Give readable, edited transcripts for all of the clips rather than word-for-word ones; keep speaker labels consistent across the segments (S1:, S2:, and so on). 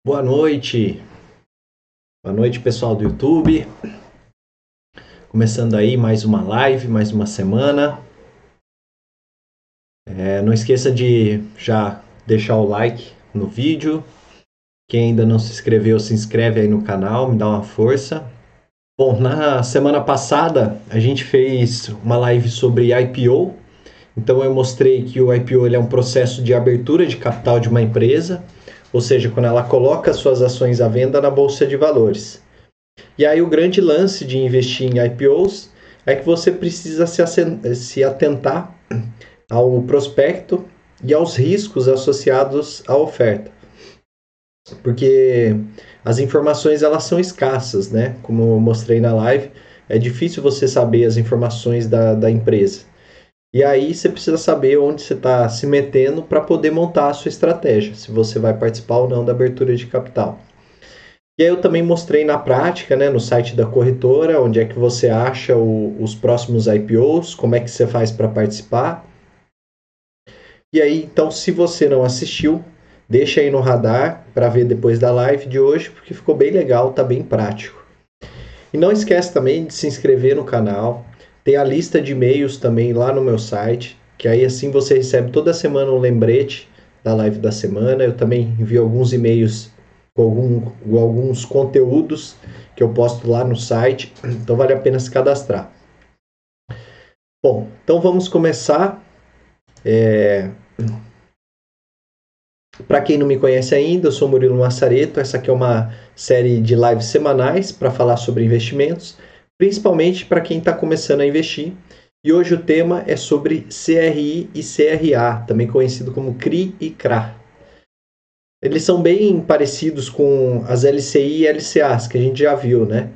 S1: Boa noite, pessoal do YouTube. Começando aí mais uma live, mais uma semana. Não esqueça de já deixar o like no vídeo. Quem ainda não se inscreveu, se inscreve aí no canal, me dá uma força. Bom, na semana passada a gente fez uma live sobre IPO. Então eu mostrei que o IPO ele é um processo de abertura de capital de uma empresa, ou seja, quando ela coloca suas ações à venda na bolsa de valores. E aí o grande lance de investir em IPOs é que você precisa se atentar ao prospecto e aos riscos associados à oferta. Porque as informações elas são escassas, né? Como eu mostrei na live, é difícil você saber as informações da empresa. E aí você precisa saber onde você está se metendo para poder montar a sua estratégia, se você vai participar ou não da abertura de capital. E aí eu também mostrei na prática, né, no site da corretora, onde é que você acha os próximos IPOs, como é que você faz para participar. E aí, então, se você não assistiu, deixa aí no radar para ver depois da live de hoje, porque ficou bem legal, tá bem prático. E não esquece também de se inscrever no canal. Tem a lista de e-mails também lá no meu site, que aí assim você recebe toda semana um lembrete da live da semana. Eu também envio alguns e-mails com alguns conteúdos que eu posto lá no site, então vale a pena se cadastrar. Bom, então vamos começar. Para quem não me conhece ainda, eu sou Murilo Massareto. Essa aqui é uma série de lives semanais para falar sobre investimentos, principalmente para quem está começando a investir. E hoje o tema é sobre CRI e CRA, também conhecido como CRI e CRA. Eles são bem parecidos com as LCI e LCAs, que a gente já viu, né?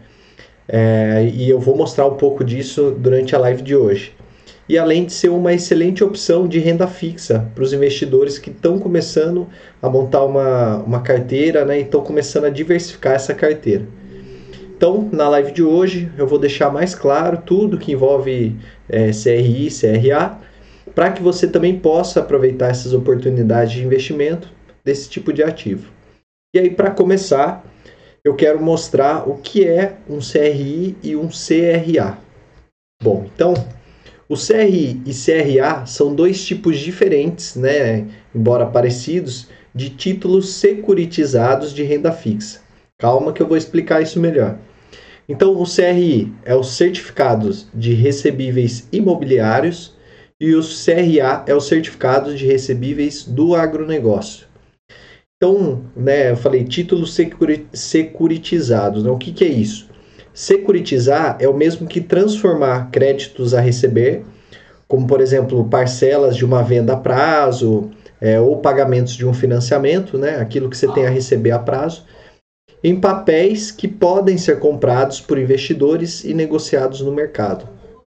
S1: E eu vou mostrar um pouco disso durante a live de hoje. E além de ser uma excelente opção de renda fixa para os investidores que estão começando a montar uma carteira, né? E estão começando a diversificar essa carteira. Então, na live de hoje, eu vou deixar mais claro tudo que envolve CRI e CRA, para que você também possa aproveitar essas oportunidades de investimento desse tipo de ativo. E aí, para começar, eu quero mostrar o que é um CRI e um CRA. Bom, então, o CRI e CRA são dois tipos diferentes, né, embora parecidos, de títulos securitizados de renda fixa. Calma que eu vou explicar isso melhor. Então, o CRI é os certificados de recebíveis imobiliários e o CRA é os certificados de recebíveis do agronegócio. Então, né, eu falei títulos securitizados. Né? O que é isso? Securitizar é o mesmo que transformar créditos a receber, como, por exemplo, parcelas de uma venda a prazo ou pagamentos de um financiamento, né, aquilo que você tem a receber a prazo, em papéis que podem ser comprados por investidores e negociados no mercado.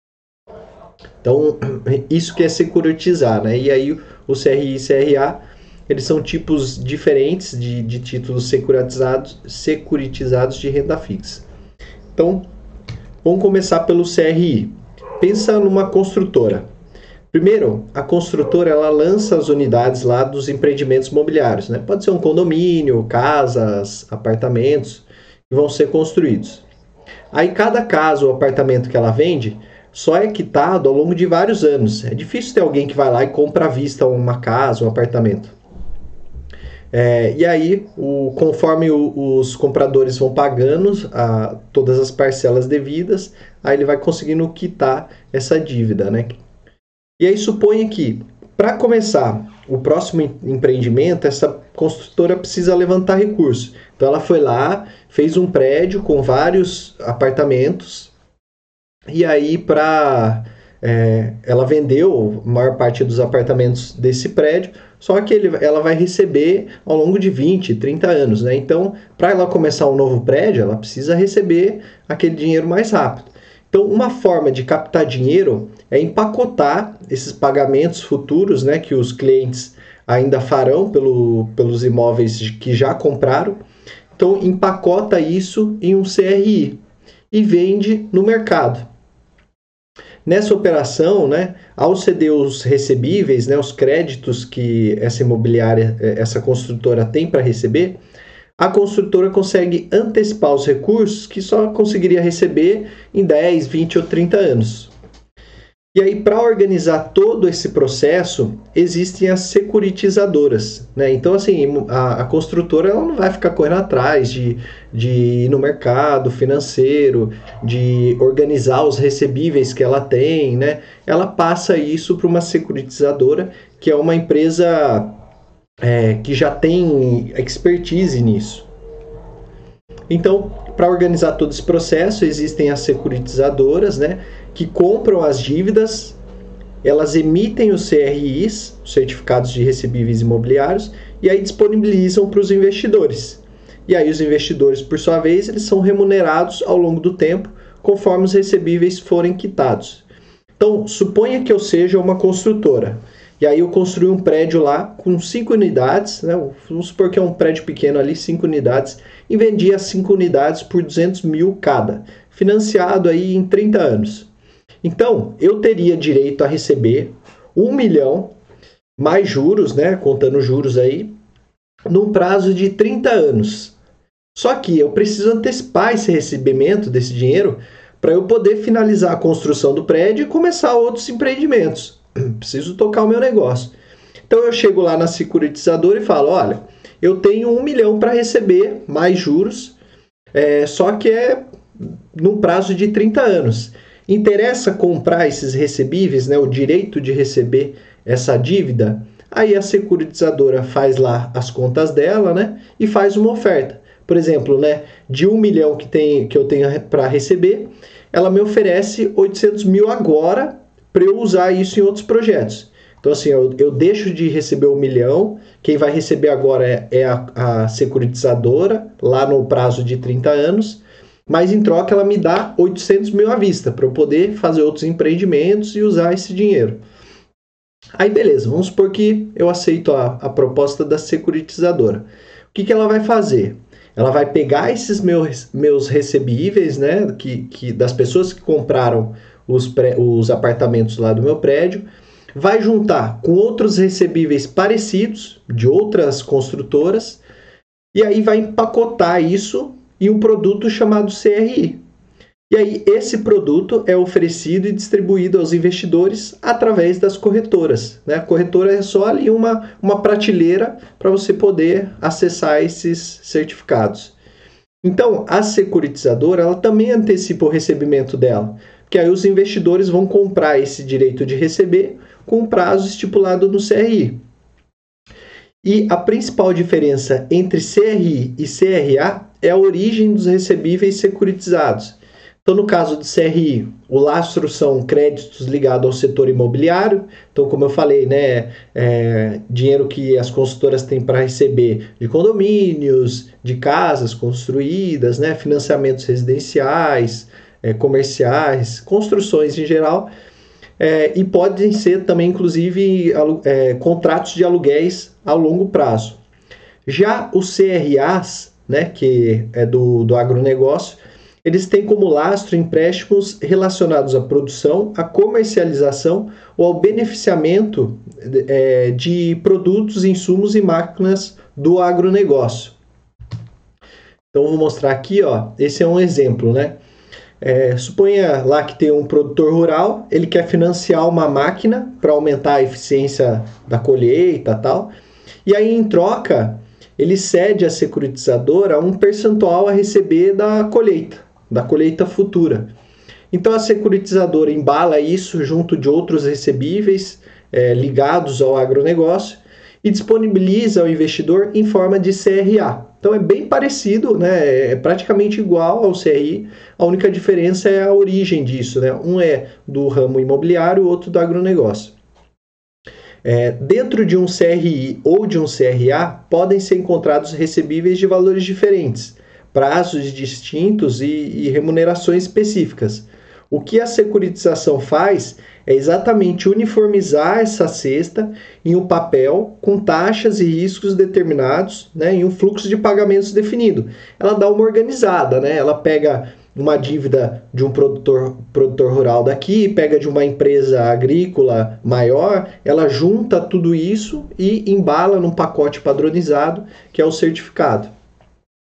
S1: Então, isso que é securitizar, né? E aí o CRI e CRA, eles são tipos diferentes de títulos securitizados de renda fixa. Então, vamos começar pelo CRI. Pensa numa construtora. Primeiro, a construtora ela lança as unidades lá dos empreendimentos imobiliários, né? Pode ser um condomínio, casas, apartamentos que vão ser construídos. Aí cada casa ou apartamento que ela vende só é quitado ao longo de vários anos. É difícil ter alguém que vai lá e compra à vista uma casa, um apartamento. E aí, conforme os compradores vão pagando todas as parcelas devidas, aí ele vai conseguindo quitar essa dívida, né? E aí suponha que, para começar o próximo empreendimento, essa construtora precisa levantar recursos. Então ela foi lá, fez um prédio com vários apartamentos, e aí ela vendeu a maior parte dos apartamentos desse prédio, só que ela vai receber ao longo de 20, 30 anos, né? Então, para ela começar um novo prédio, ela precisa receber aquele dinheiro mais rápido. Então, uma forma de captar dinheiro é empacotar esses pagamentos futuros, né, que os clientes ainda farão pelos imóveis que já compraram. Então, empacota isso em um CRI e vende no mercado. Nessa operação, né, ao ceder os recebíveis, né, os créditos que essa imobiliária, essa construtora tem para receber, a construtora consegue antecipar os recursos que só conseguiria receber em 10, 20 ou 30 anos. E aí, para organizar todo esse processo, existem as securitizadoras, né? Então, assim, a construtora ela não vai ficar correndo atrás de ir no mercado financeiro, de organizar os recebíveis que ela tem, né? Ela passa isso para uma securitizadora, que é uma empresa que já tem expertise nisso. Então, para organizar todo esse processo, existem as securitizadoras, né, que compram as dívidas, elas emitem os CRIs, os certificados de recebíveis imobiliários, e aí disponibilizam para os investidores. E aí os investidores, por sua vez, eles são remunerados ao longo do tempo, conforme os recebíveis forem quitados. Então, suponha que eu seja uma construtora. E aí eu construí um prédio lá com 5 unidades, né? Vamos supor que é um prédio pequeno ali, 5 unidades, e vendi as 5 unidades por 200 mil cada, financiado aí em 30 anos. Então, eu teria direito a receber 1 milhão, mais juros, né? Contando juros aí, num prazo de 30 anos. Só que eu preciso antecipar esse recebimento desse dinheiro para eu poder finalizar a construção do prédio e começar outros empreendimentos. Preciso tocar o meu negócio. Então eu chego lá na securitizadora e falo, olha, eu tenho 1 milhão para receber, mais juros, só que é num prazo de 30 anos. Interessa comprar esses recebíveis, né, o direito de receber essa dívida? Aí a securitizadora faz lá as contas dela, né, e faz uma oferta. Por exemplo, né, de 1 milhão que eu tenho para receber, ela me oferece 800 mil agora para eu usar isso em outros projetos. Então, assim, eu deixo de receber 1 milhão, quem vai receber agora é a securitizadora, lá no prazo de 30 anos, mas em troca ela me dá 800 mil à vista, para eu poder fazer outros empreendimentos e usar esse dinheiro. Aí, beleza, vamos supor que eu aceito a proposta da securitizadora. O que ela vai fazer? Ela vai pegar esses meus recebíveis, né, das pessoas que compraram os apartamentos lá do meu prédio, vai juntar com outros recebíveis parecidos de outras construtoras e aí vai empacotar isso em um produto chamado CRI. E aí esse produto é oferecido e distribuído aos investidores através das corretoras, né? A corretora é só ali uma prateleira para você poder acessar esses certificados. Então, a securitizadora ela também antecipa o recebimento dela, porque aí os investidores vão comprar esse direito de receber com um prazo estipulado no CRI. E a principal diferença entre CRI e CRA é a origem dos recebíveis securitizados. Então, no caso de CRI, o lastro são créditos ligados ao setor imobiliário. Então, como eu falei, né, dinheiro que as consultoras têm para receber de condomínios, de casas construídas, né, financiamentos residenciais, comerciais, construções em geral. E podem ser também, inclusive, contratos de aluguéis a longo prazo. Já os CRAs, né, que é do agronegócio, eles têm como lastro empréstimos relacionados à produção, à comercialização ou ao beneficiamento de produtos, insumos e máquinas do agronegócio. Então, vou mostrar aqui, ó, esse é um exemplo, né? Suponha lá que tem um produtor rural, ele quer financiar uma máquina para aumentar a eficiência da colheita e tal, e aí em troca ele cede à securitizadora um percentual a receber da colheita futura. Então a securitizadora embala isso junto de outros recebíveis ligados ao agronegócio e disponibiliza ao investidor em forma de CRA. Então é bem parecido, né? É praticamente igual ao CRI, a única diferença é a origem disso, né? Um é do ramo imobiliário, o outro do agronegócio. Dentro de um CRI ou de um CRA, podem ser encontrados recebíveis de valores diferentes, prazos distintos e remunerações específicas. O que a securitização faz é exatamente uniformizar essa cesta em um papel com taxas e riscos determinados, né, em um fluxo de pagamentos definido. Ela dá uma organizada, né? Ela pega uma dívida de um produtor rural daqui, pega de uma empresa agrícola maior, ela junta tudo isso e embala num pacote padronizado, que é o certificado.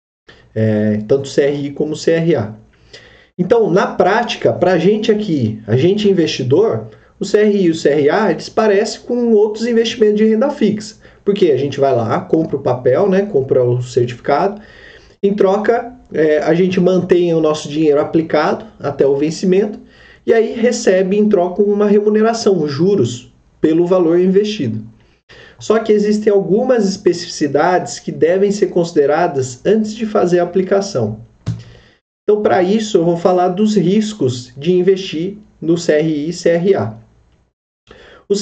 S1: tanto CRI como CRA. Então, na prática, para a gente aqui, a gente investidor, o CRI e o CRA, eles parecem com outros investimentos de renda fixa. Porque a gente vai lá, compra o papel, né, compra o certificado, em troca, a gente mantém o nosso dinheiro aplicado até o vencimento, e aí recebe em troca uma remuneração, juros, pelo valor investido. Só que existem algumas especificidades que devem ser consideradas antes de fazer a aplicação. Então, para isso, eu vou falar dos riscos de investir no CRI e CRA. Os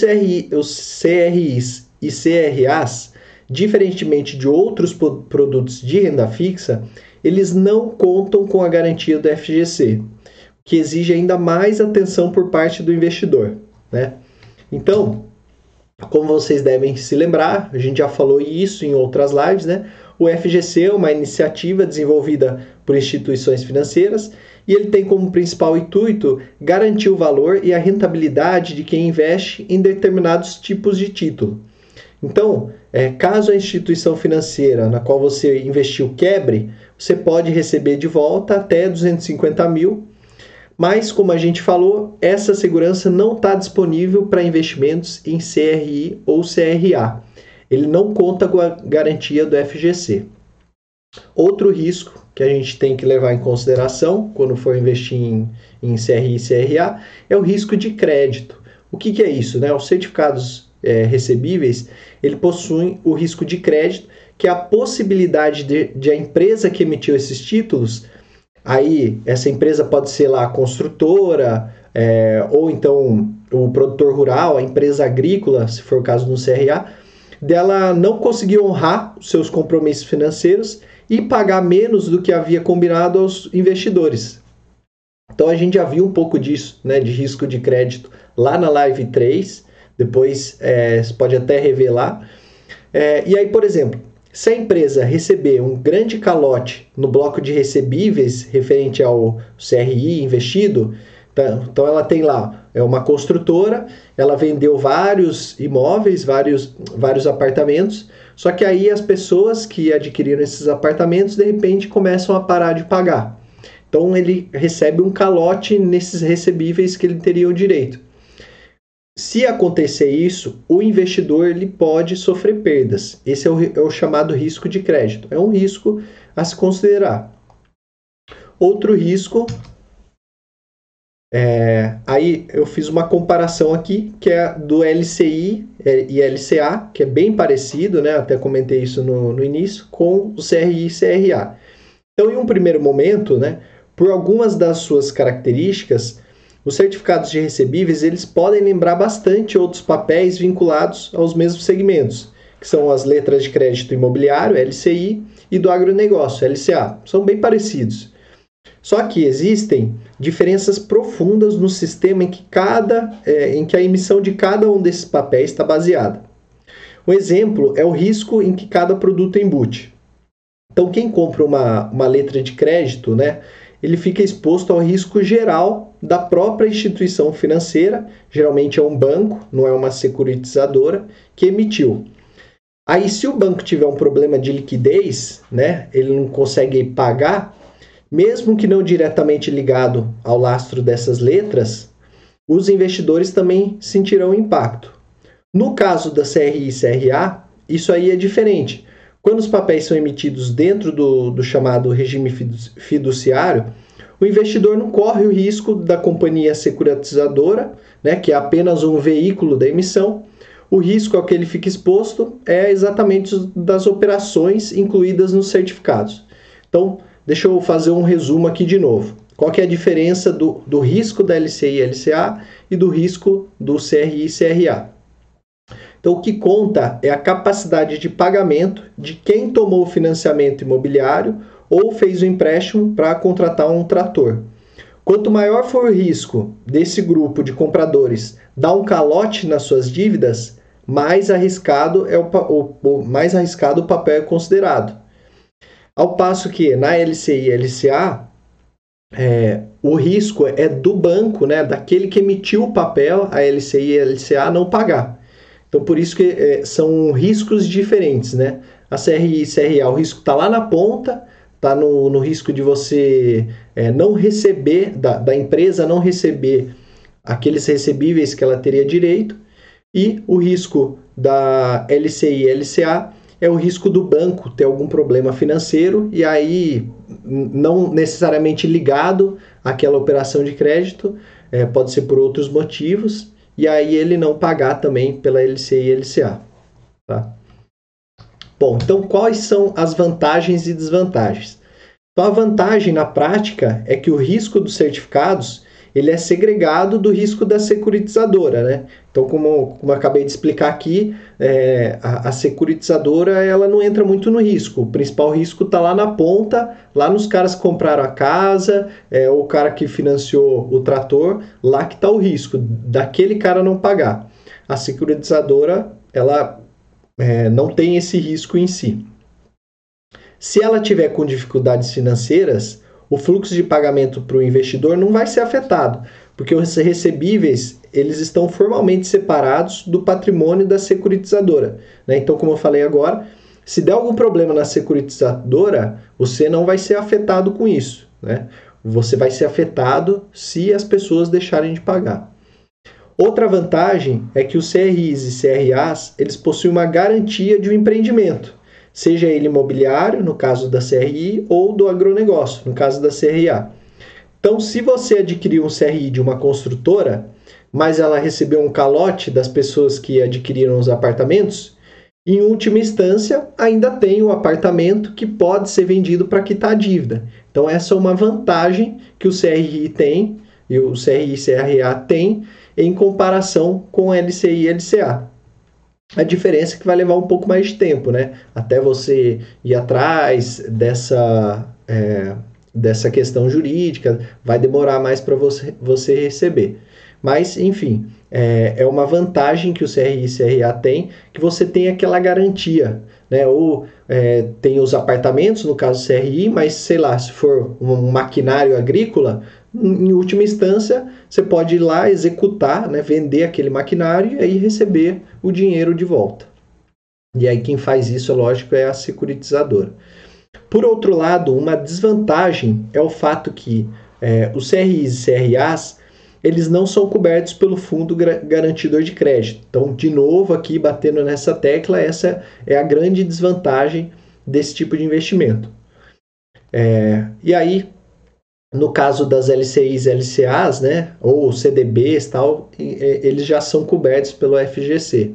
S1: CRIs e CRAs, diferentemente de outros produtos de renda fixa, eles não contam com a garantia do FGC, que exige ainda mais atenção por parte do investidor, né? Então, como vocês devem se lembrar, a gente já falou isso em outras lives, né? O FGC é uma iniciativa desenvolvida por instituições financeiras e ele tem como principal intuito garantir o valor e a rentabilidade de quem investe em determinados tipos de título. Então, caso a instituição financeira na qual você investiu quebre, você pode receber de volta até 250 mil, mas, como a gente falou, essa segurança não está disponível para investimentos em CRI ou CRA. Ele não conta com a garantia do FGC. Outro risco que a gente tem que levar em consideração quando for investir em CRI e CRA é o risco de crédito. O que é isso, né? Os certificados recebíveis, ele possuem o risco de crédito, que é a possibilidade de a empresa que emitiu esses títulos, aí essa empresa pode ser lá a construtora, ou então o produtor rural, a empresa agrícola, se for o caso do CRA, dela não conseguir honrar os seus compromissos financeiros e pagar menos do que havia combinado aos investidores. Então a gente já viu um pouco disso, né, de risco de crédito lá na live 3, depois você pode até rever lá. E aí, por exemplo, se a empresa receber um grande calote no bloco de recebíveis referente ao CRI investido, então ela tem lá uma construtora, ela vendeu vários imóveis, vários apartamentos, só que aí as pessoas que adquiriram esses apartamentos, de repente, começam a parar de pagar. Então ele recebe um calote nesses recebíveis que ele teria o direito. Se acontecer isso, o investidor ele pode sofrer perdas. Esse é o chamado risco de crédito. É um risco a se considerar. Outro risco, aí eu fiz uma comparação aqui, que é do LCI e LCA, que é bem parecido, né? Até comentei isso no início, com o CRI e CRA. Então, em um primeiro momento, né, por algumas das suas características, os certificados de recebíveis, eles podem lembrar bastante outros papéis vinculados aos mesmos segmentos, que são as letras de crédito imobiliário, LCI, e do agronegócio, LCA. São bem parecidos. Só que existem diferenças profundas no sistema em que a emissão de cada um desses papéis está baseada. Um exemplo é o risco em que cada produto embute. Então, quem compra uma letra de crédito, né, ele fica exposto ao risco geral da própria instituição financeira, geralmente é um banco, não é uma securitizadora, que emitiu. Aí, se o banco tiver um problema de liquidez, né, ele não consegue pagar, mesmo que não diretamente ligado ao lastro dessas letras, os investidores também sentirão impacto. No caso da CRI e CRA, isso aí é diferente. Quando os papéis são emitidos dentro do chamado regime fiduciário, o investidor não corre o risco da companhia securitizadora, né, que é apenas um veículo da emissão. O risco ao que ele fica exposto é exatamente das operações incluídas nos certificados. Então, deixa eu fazer um resumo aqui de novo. Qual que é a diferença do risco da LCI e LCA e do risco do CRI e CRA? Então, o que conta é a capacidade de pagamento de quem tomou o financiamento imobiliário ou fez o empréstimo para contratar um trator. Quanto maior for o risco desse grupo de compradores dar um calote nas suas dívidas, mais arriscado o papel é considerado. Ao passo que na LCI e LCA, o risco é do banco, né, daquele que emitiu o papel, a LCI e a LCA, não pagar. Então, por isso que são riscos diferentes, né? A CRI e CRA, o risco está lá na ponta, está no risco de você não receber, da empresa não receber aqueles recebíveis que ela teria direito, e o risco da LCI e LCA é o risco do banco ter algum problema financeiro, e aí não necessariamente ligado àquela operação de crédito, pode ser por outros motivos, e aí ele não pagar também pela LCI e LCA. Tá? Bom, então quais são as vantagens e desvantagens? Então a vantagem na prática é que o risco dos certificados ele é segregado do risco da securitizadora, né? Então, como eu acabei de explicar aqui, a securitizadora ela não entra muito no risco. O principal risco está lá na ponta, lá nos caras que compraram a casa, o cara que financiou o trator, lá que está o risco, daquele cara não pagar. A securitizadora, ela não tem esse risco em si. Se ela tiver com dificuldades financeiras, o fluxo de pagamento para o investidor não vai ser afetado, porque os recebíveis eles estão formalmente separados do patrimônio da securitizadora. Né? Então, como eu falei agora, se der algum problema na securitizadora, você não vai ser afetado com isso. Né? Você vai ser afetado se as pessoas deixarem de pagar. Outra vantagem é que os CRIs e CRAs eles possuem uma garantia de um empreendimento, seja ele imobiliário, no caso da CRI, ou do agronegócio, no caso da CRA. Então, se você adquirir um CRI de uma construtora, mas ela recebeu um calote das pessoas que adquiriram os apartamentos, em última instância, ainda tem o apartamento que pode ser vendido para quitar a dívida. Então, essa é uma vantagem que o CRI tem, e o CRI e CRA tem, em comparação com o LCI e LCA. A diferença é que vai levar um pouco mais de tempo, né? Até você ir atrás dessa questão jurídica, vai demorar mais para você receber. Mas, enfim, é uma vantagem que o CRI e CRA tem, que você tem aquela garantia, né? Ou tem os apartamentos, no caso do CRI, mas, sei lá, se for um maquinário agrícola, em última instância, você pode ir lá executar, né, vender aquele maquinário e aí receber o dinheiro de volta. E aí quem faz isso, é lógico, é a securitizadora. Por outro lado, uma desvantagem é o fato que os CRIs e CRAs eles não são cobertos pelo Fundo Garantidor de Crédito. Então, de novo, aqui batendo nessa tecla, essa é a grande desvantagem desse tipo de investimento. E aí, no caso das LCIs e LCAs, né, ou CDBs, tal, eles já são cobertos pelo FGC.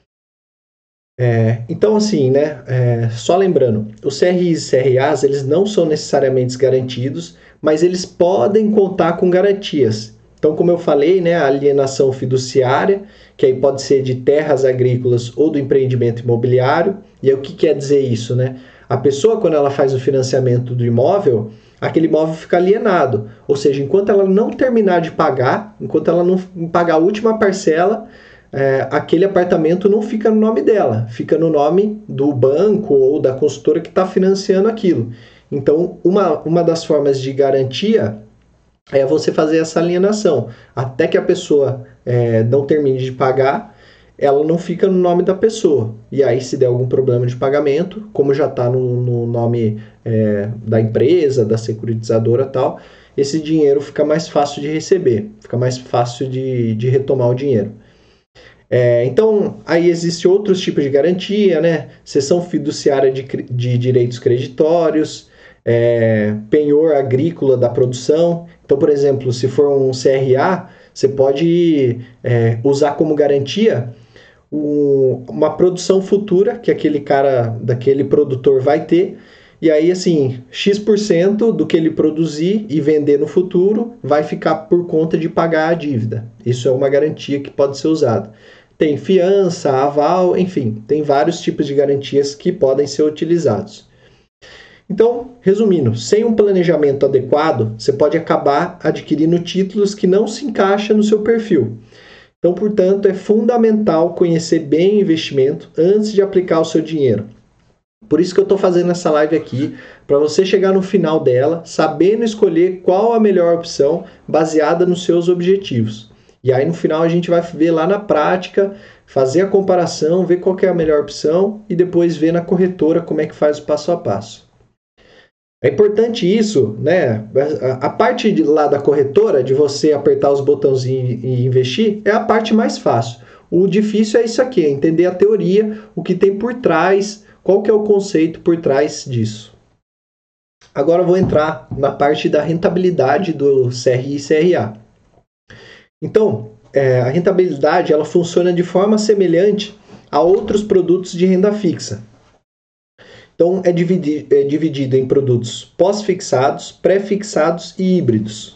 S1: Então, assim, né, só lembrando, os CRIs e CRAs eles não são necessariamente garantidos, mas eles podem contar com garantias. Então, como eu falei, né, a alienação fiduciária, que aí pode ser de terras agrícolas ou do empreendimento imobiliário. E aí, o que quer dizer isso, né? A pessoa, quando ela faz o financiamento do imóvel, aquele imóvel fica alienado. Ou seja, enquanto ela não terminar de pagar, enquanto ela não pagar a última parcela, aquele apartamento não fica no nome dela, fica no nome do banco ou da consultora que está financiando aquilo. Então, uma das formas de garantia é você fazer essa alienação. Até que a pessoa não termine de pagar, ela não fica no nome da pessoa. E aí, se der algum problema de pagamento, como já está no nome da empresa, da securitizadora e tal, esse dinheiro fica mais fácil de receber, fica mais fácil de retomar o dinheiro. Então, aí existem outros tipos de garantia, né? Cessão fiduciária de direitos creditórios, penhor agrícola da produção. Então, por exemplo, se for um CRA, você pode usar como garantia uma produção futura que aquele cara, daquele produtor vai ter, e aí, assim, X% do que ele produzir e vender no futuro vai ficar por conta de pagar a dívida. Isso é uma garantia que pode ser usada. Tem fiança, aval, enfim, tem vários tipos de garantias que podem ser utilizados. Então, resumindo, sem um planejamento adequado, você pode acabar adquirindo títulos que não se encaixam no seu perfil. Então, portanto, é fundamental conhecer bem o investimento antes de aplicar o seu dinheiro. Por isso que eu estou fazendo essa live aqui, para você chegar no final dela, sabendo escolher qual a melhor opção baseada nos seus objetivos. E aí no final a gente vai ver lá na prática, fazer a comparação, ver qual que é a melhor opção e depois ver na corretora como é que faz o passo a passo. É importante isso, né? A parte lá da corretora, de você apertar os botãozinhos e investir, é a parte mais fácil. O difícil é isso aqui, é entender a teoria, o que tem por trás, qual que é o conceito por trás disso. Agora eu vou entrar na parte da rentabilidade do CRI e CRA. Então, a rentabilidade ela funciona de forma semelhante a outros produtos de renda fixa. Então, é dividido em produtos pós-fixados, pré-fixados e híbridos.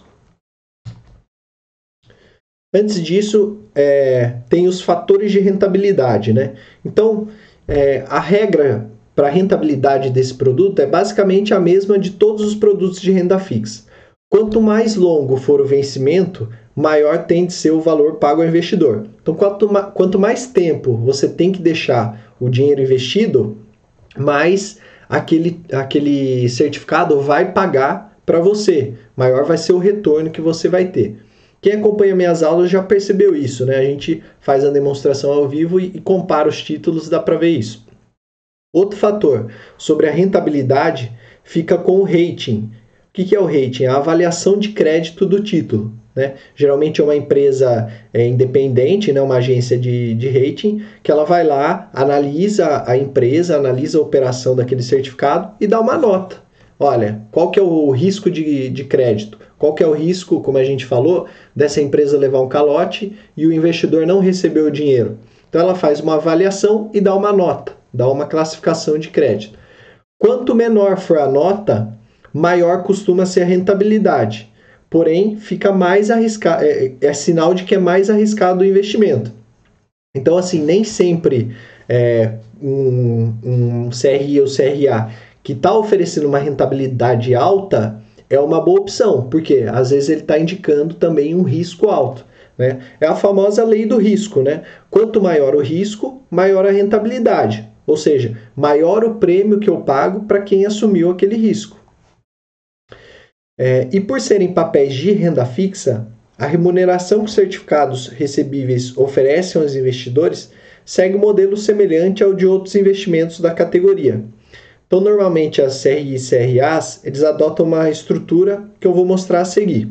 S1: Antes disso, tem os fatores de rentabilidade, né? Então, a regra para a rentabilidade desse produto é basicamente a mesma de todos os produtos de renda fixa. Quanto mais longo for o vencimento, maior tem de ser o valor pago ao investidor. Então, quanto mais tempo você tem que deixar o dinheiro investido, mais aquele certificado vai pagar para você. Maior vai ser o retorno que você vai ter. Quem acompanha minhas aulas já percebeu isso, né? A gente faz a demonstração ao vivo e compara os títulos, dá para ver isso. Outro fator sobre a rentabilidade fica com o rating. O que é o rating? A avaliação de crédito do título. Né? Geralmente é uma empresa independente, né? Uma agência de rating, que ela vai lá, analisa a empresa, analisa a operação daquele certificado e dá uma nota. Olha, qual que é o risco de crédito? Qual que é o risco, como a gente falou, dessa empresa levar um calote e o investidor não receber o dinheiro? Então ela faz uma avaliação e dá uma nota, dá uma classificação de crédito. Quanto menor for a nota, maior costuma ser a rentabilidade. Porém, fica mais arriscado, é sinal de que é mais arriscado o investimento. Então, assim, nem sempre um CRI ou CRA que está oferecendo uma rentabilidade alta é uma boa opção, porque às vezes ele está indicando também um risco alto. Né? É a famosa lei do risco. Né? Quanto maior o risco, maior a rentabilidade. Ou seja, maior o prêmio que eu pago para quem assumiu aquele risco. E por serem papéis de renda fixa, a remuneração que os certificados recebíveis oferecem aos investidores segue um modelo semelhante ao de outros investimentos da categoria. Então, normalmente, as CRI e CRAs, eles adotam uma estrutura que eu vou mostrar a seguir.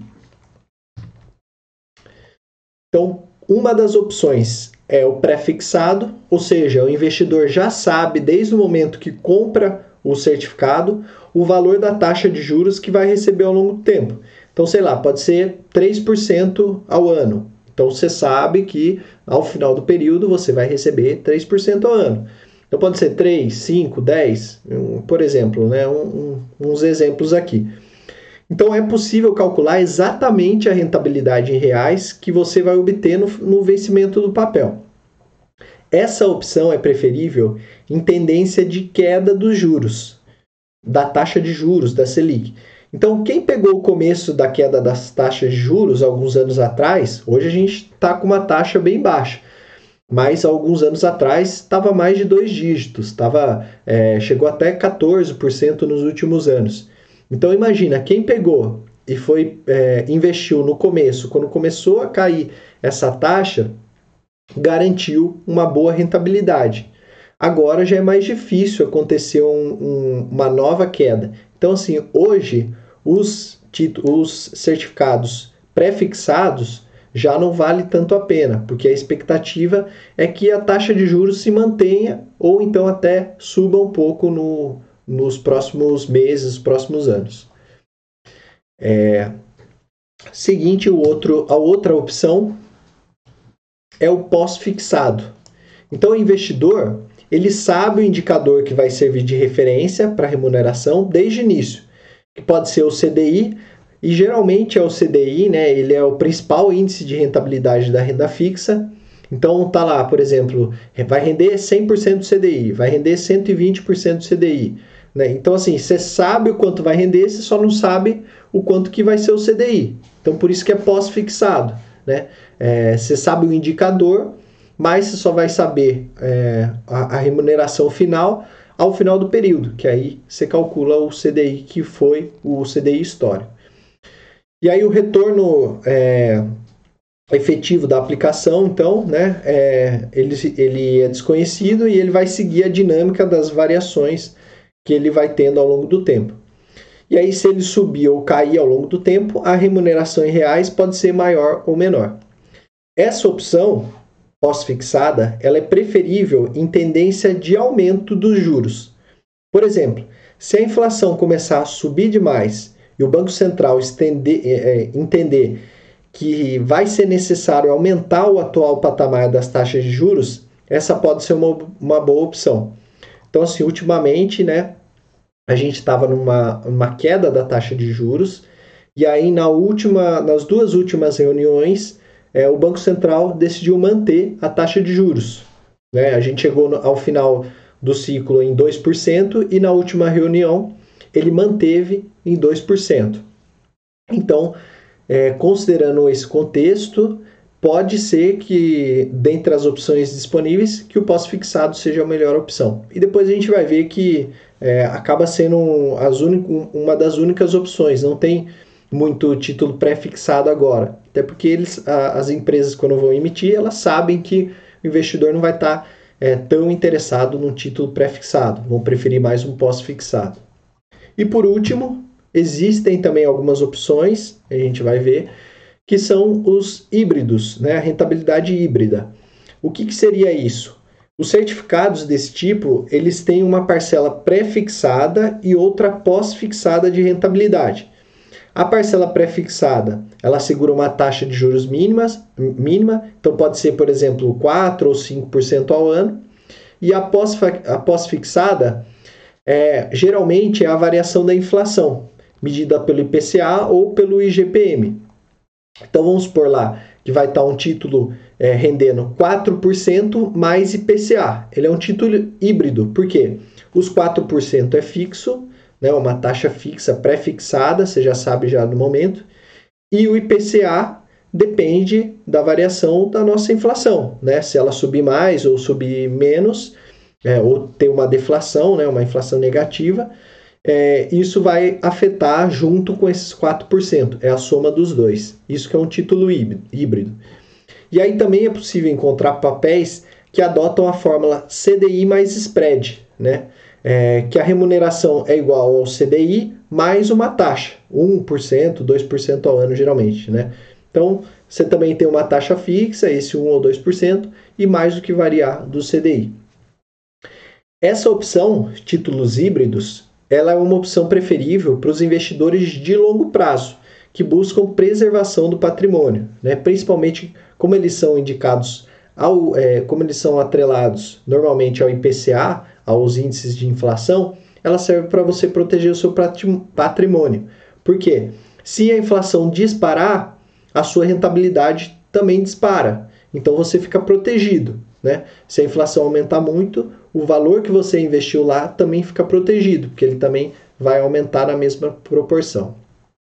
S1: Então, uma das opções é o pré-fixado, ou seja, o investidor já sabe, desde o momento que compra o certificado, o valor da taxa de juros que vai receber ao longo do tempo. Então, sei lá, pode ser 3% ao ano. Então, você sabe que ao final do período você vai receber 3% ao ano. Então, pode ser 3, 5, 10, por exemplo, né? Uns exemplos aqui. Então, é possível calcular exatamente a rentabilidade em reais que você vai obter no vencimento do papel. Essa opção é preferível em tendência de queda dos juros, da taxa de juros, da Selic. Então, quem pegou o começo da queda das taxas de juros alguns anos atrás, hoje a gente está com uma taxa bem baixa, mas alguns anos atrás estava mais de 2 dígitos, chegou até 14% nos últimos anos. Então, imagina, quem pegou e investiu no começo, quando começou a cair essa taxa, garantiu uma boa rentabilidade. Agora já é mais difícil acontecer uma nova queda. Então, assim, hoje os certificados pré-fixados já não vale tanto a pena, porque a expectativa é que a taxa de juros se mantenha ou então até suba um pouco nos próximos meses, próximos anos. Seguinte, a outra opção é o pós-fixado. Então, o investidor, ele sabe o indicador que vai servir de referência para remuneração desde o início, que pode ser o CDI, e geralmente é o CDI, né? Ele é o principal índice de rentabilidade da renda fixa. Então, tá lá, por exemplo, vai render 100% do CDI, vai render 120% do CDI. Né? Então, assim, você sabe o quanto vai render, você só não sabe o quanto que vai ser o CDI. Então, por isso que é pós-fixado. Né? Você sabe o indicador, mas você só vai saber a remuneração final ao final do período, que aí você calcula o CDI que foi o CDI histórico. E aí o retorno efetivo da aplicação, então, né, ele é desconhecido e ele vai seguir a dinâmica das variações que ele vai tendo ao longo do tempo. E aí, se ele subir ou cair ao longo do tempo, a remuneração em reais pode ser maior ou menor. Essa opção pós-fixada, ela é preferível em tendência de aumento dos juros. Por exemplo, se a inflação começar a subir demais e o Banco Central entender que vai ser necessário aumentar o atual patamar das taxas de juros, essa pode ser uma boa opção. Então, assim, ultimamente, né, a gente estava numa queda da taxa de juros, e aí nas duas últimas reuniões, o Banco Central decidiu manter a taxa de juros. Né? A gente chegou ao final do ciclo em 2%, e na última reunião ele manteve em 2%. Então, considerando esse contexto, pode ser que, dentre as opções disponíveis, que o pós-fixado seja a melhor opção. E depois a gente vai ver que acaba sendo uma das únicas opções, não tem muito título pré-fixado agora. Até porque as empresas, quando vão emitir, elas sabem que o investidor não vai estar tão interessado num título pré-fixado, vão preferir mais um pós-fixado. E por último, existem também algumas opções, a gente vai ver, que são os híbridos, né? A rentabilidade híbrida. O que seria isso? Os certificados desse tipo, eles têm uma parcela pré-fixada e outra pós-fixada de rentabilidade. A parcela pré-fixada, ela segura uma taxa de juros mínima, então pode ser, por exemplo, 4% ou 5% ao ano. E a pós-fixada, geralmente é a variação da inflação, medida pelo IPCA ou pelo IGPM. Então vamos supor lá que vai estar um título rendendo 4% mais IPCA. Ele é um título híbrido, por quê? Os 4% é fixo, né, uma taxa fixa, pré-fixada, você já sabe já no momento, e o IPCA depende da variação da nossa inflação, né? Se ela subir mais ou subir menos, ou ter uma deflação, né, uma inflação negativa, isso vai afetar junto com esses 4%, é a soma dos dois. Isso que é um título híbrido. E aí também é possível encontrar papéis que adotam a fórmula CDI mais spread, né? Que a remuneração é igual ao CDI mais uma taxa, 1%, 2% ao ano geralmente, né? Então, você também tem uma taxa fixa, esse 1 ou 2%, e mais do que variar do CDI. Essa opção, títulos híbridos, ela é uma opção preferível para os investidores de longo prazo, que buscam preservação do patrimônio, né? Principalmente como eles são indicados, como eles são atrelados normalmente ao IPCA, aos índices de inflação, ela serve para você proteger o seu patrimônio. Por quê? Se a inflação disparar, a sua rentabilidade também dispara. Então você fica protegido, né? Se a inflação aumentar muito, o valor que você investiu lá também fica protegido, porque ele também vai aumentar na mesma proporção.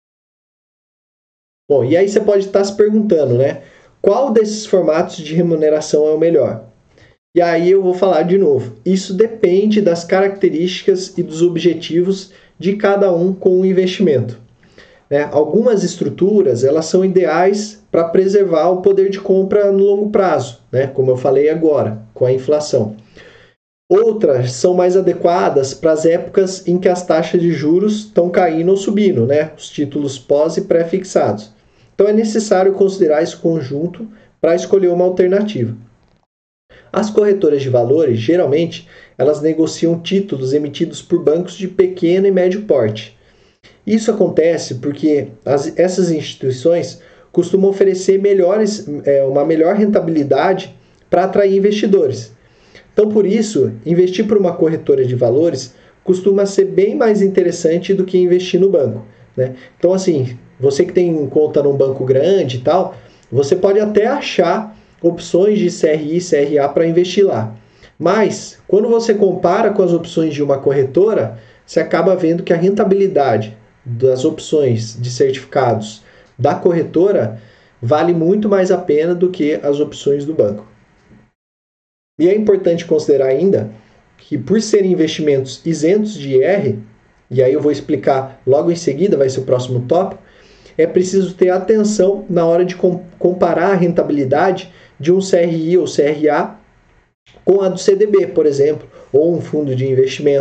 S1: Bom, e aí você pode estar se perguntando, né? Qual desses formatos de remuneração é o melhor? E aí eu vou falar de novo. Isso depende das características e dos objetivos de cada um com o investimento. Algumas estruturas, elas são ideais para preservar o poder de compra no longo prazo, né? Como eu falei agora, com a inflação. Outras são mais adequadas para as épocas em que as taxas de juros estão caindo ou subindo, né? Os títulos pós e pré-fixados. Então é necessário considerar esse conjunto para escolher uma alternativa. As corretoras de valores, geralmente, elas negociam títulos emitidos por bancos de pequeno e médio porte. Isso acontece porque essas instituições costumam oferecer uma melhor rentabilidade para atrair investidores. Então, por isso, investir por uma corretora de valores costuma ser bem mais interessante do que investir no banco, né? Então, assim, você que tem conta num banco grande e tal, você pode até achar opções de CRI e CRA para investir lá. Mas, quando você compara com as opções de uma corretora, você acaba vendo que a rentabilidade das opções de certificados da corretora vale muito mais a pena do que as opções do banco. E é importante considerar ainda que, por serem investimentos isentos de IR, e aí eu vou explicar logo em seguida, vai ser o próximo tópico, é preciso ter atenção na hora de comparar a rentabilidade de um CRI ou CRA com a do CDB, por exemplo, ou um fundo de investimento,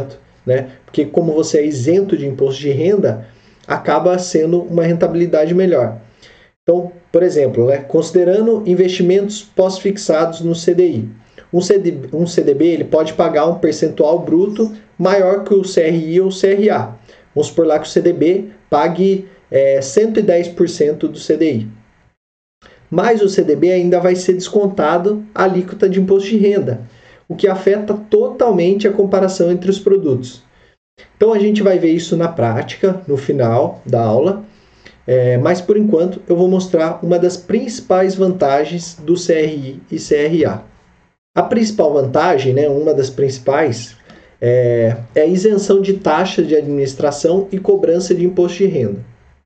S1: né? Porque como você é isento de imposto de renda, acaba sendo uma rentabilidade melhor. Então, por exemplo, né, considerando investimentos pós-fixados no CDI, um CDB ele pode pagar um percentual bruto maior que o CRI ou CRA. Vamos supor lá que o CDB pague 110% do CDI. Mas o CDB ainda vai ser descontado a alíquota de imposto de renda, o que afeta totalmente a comparação entre os produtos. Então a gente vai ver isso na prática, no final da aula, mas por enquanto eu vou mostrar uma das principais vantagens do CRI e CRA. A principal vantagem, né, uma das principais, é a isenção de taxas de administração e cobrança de imposto de renda.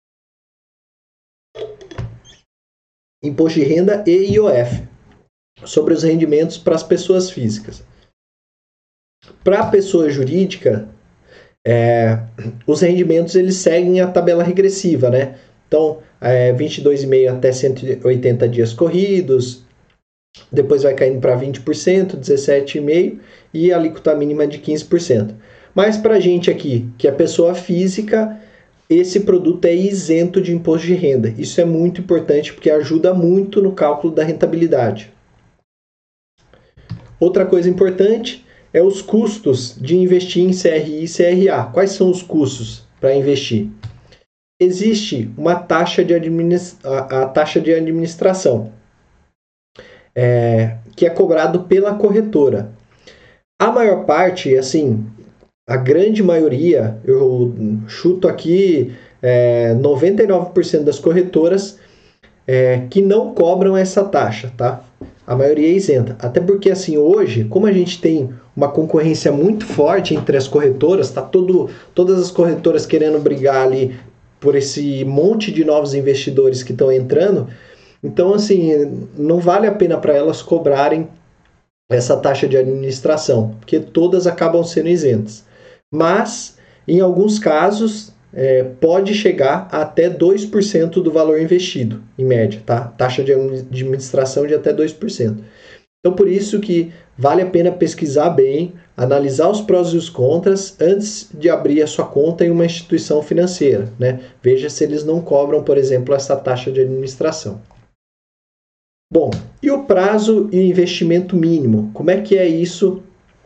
S1: Imposto de renda e IOF, sobre os rendimentos para as pessoas físicas. Para a pessoa jurídica, os rendimentos eles seguem a tabela regressiva, né? Então, 22,5% até 180 dias corridos, depois vai caindo para 20%, 17,5% e a alíquota mínima de 15%. Mas para a gente aqui, que é pessoa física, esse produto é isento de imposto de renda. Isso é muito importante porque ajuda muito no cálculo da rentabilidade. Outra coisa importante é os custos de investir em CRI e CRA. Quais são os custos para investir? Existe uma taxa de administração, que é cobrado pela corretora. A maior parte, assim, a grande maioria, eu chuto aqui, 99% das corretoras que não cobram essa taxa, tá? A maioria é isenta. Até porque, assim, hoje, como a gente tem uma concorrência muito forte entre as corretoras, tá todas as corretoras querendo brigar ali por esse monte de novos investidores que estão entrando. Então, assim, não vale a pena para elas cobrarem essa taxa de administração, porque todas acabam sendo isentas. Mas, em alguns casos, pode chegar a até 2% do valor investido, em média, tá? Taxa de administração de até 2%. Então, por isso que vale a pena pesquisar bem, analisar os prós e os contras antes de abrir a sua conta em uma instituição financeira, né? Veja se eles não cobram, por exemplo, essa taxa de administração. Bom, e o prazo e o investimento mínimo? Como é que é isso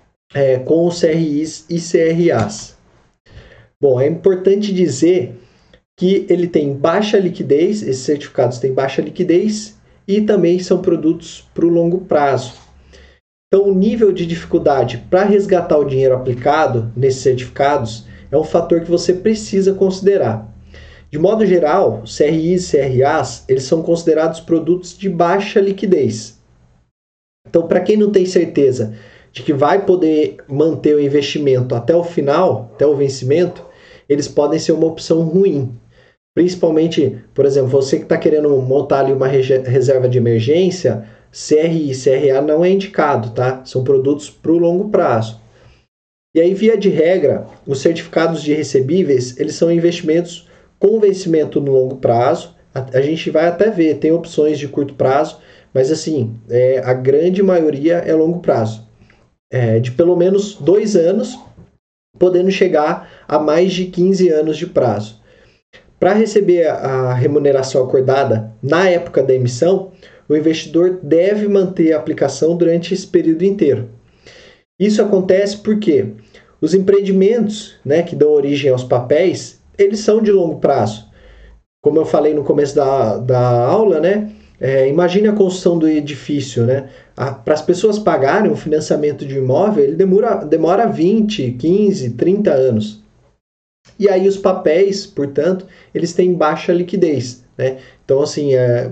S1: com os CRIs e CRAs? Bom, é importante dizer que ele tem baixa liquidez, esses certificados têm baixa liquidez e também são produtos para o longo prazo. Então, o nível de dificuldade para resgatar o dinheiro aplicado nesses certificados é um fator que você precisa considerar. De modo geral, CRIs e CRAs, eles são considerados produtos de baixa liquidez. Então, para quem não tem certeza de que vai poder manter o investimento até o final, até o vencimento, eles podem ser uma opção ruim. Principalmente, por exemplo, você que está querendo montar ali uma reserva de emergência, CRI e CRA não é indicado, tá? São produtos para o longo prazo. E aí, via de regra, os certificados de recebíveis, eles são investimentos com vencimento no longo prazo. A gente vai até ver, tem opções de curto prazo, mas assim, a grande maioria é longo prazo. De pelo menos 2 anos, podendo chegar a mais de 15 anos de prazo. Para receber a remuneração acordada na época da emissão, o investidor deve manter a aplicação durante esse período inteiro. Isso acontece porque os empreendimentos, né, que dão origem aos papéis, eles são de longo prazo. Como eu falei no começo da aula, né, imagine a construção do edifício, né? Para as pessoas pagarem o financiamento de um imóvel, ele demora 20, 15, 30 anos. E aí os papéis, portanto, eles têm baixa liquidez, né? Então, assim,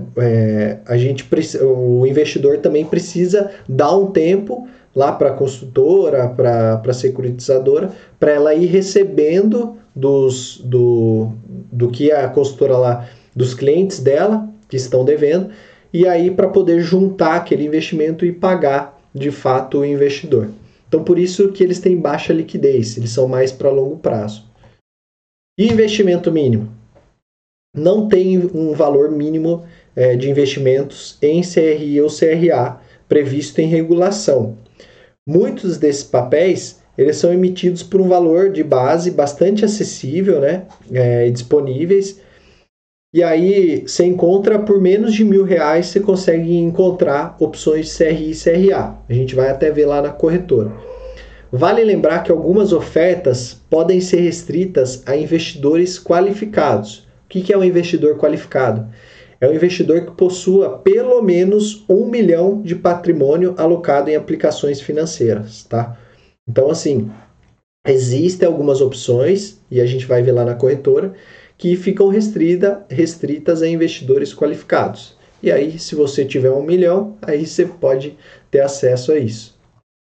S1: o investidor também precisa dar um tempo lá para a construtora, para a securitizadora, para ela ir recebendo do que a construtora lá, dos clientes dela que estão devendo, e aí para poder juntar aquele investimento e pagar de fato o investidor. Então, por isso que eles têm baixa liquidez, eles são mais para longo prazo. E investimento mínimo? Não tem um valor mínimo de investimentos em CRI ou CRA previsto em regulação. Muitos desses papéis, eles são emitidos por um valor de base bastante acessível, né? E disponíveis. E aí você encontra por menos de R$1.000, você consegue encontrar opções de CRI e CRA. A gente vai até ver lá na corretora. Vale lembrar que algumas ofertas podem ser restritas a investidores qualificados. O que é um investidor qualificado? É um investidor que possua pelo menos 1 milhão de patrimônio alocado em aplicações financeiras, tá? Então, assim, existem algumas opções, e a gente vai ver lá na corretora, que ficam restritas a investidores qualificados. E aí, se você tiver 1 milhão, aí você pode ter acesso a isso.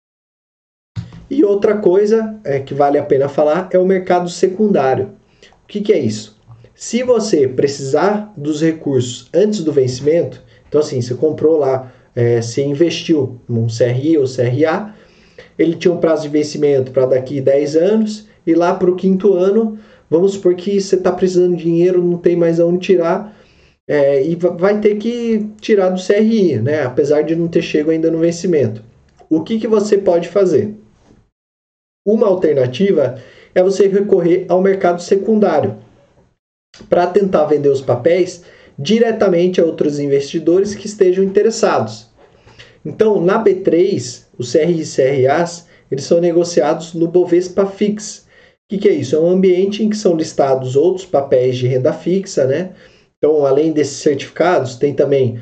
S1: E outra coisa que vale a pena falar é o mercado secundário. O que é isso? Se você precisar dos recursos antes do vencimento, então assim, você comprou lá, você investiu num CRI ou CRA, ele tinha um prazo de vencimento para daqui 10 anos, e lá para o 5º ano, vamos supor que você está precisando de dinheiro, não tem mais aonde tirar, e vai ter que tirar do CRI, né? Apesar de não ter chego ainda no vencimento. O que você pode fazer? Uma alternativa é você recorrer ao mercado secundário para tentar vender os papéis diretamente a outros investidores que estejam interessados. Então, na B3, os CRI e CRAs, eles são negociados no Bovespa Fix. O que é isso? É um ambiente em que são listados outros papéis de renda fixa, né? Então, além desses certificados, tem também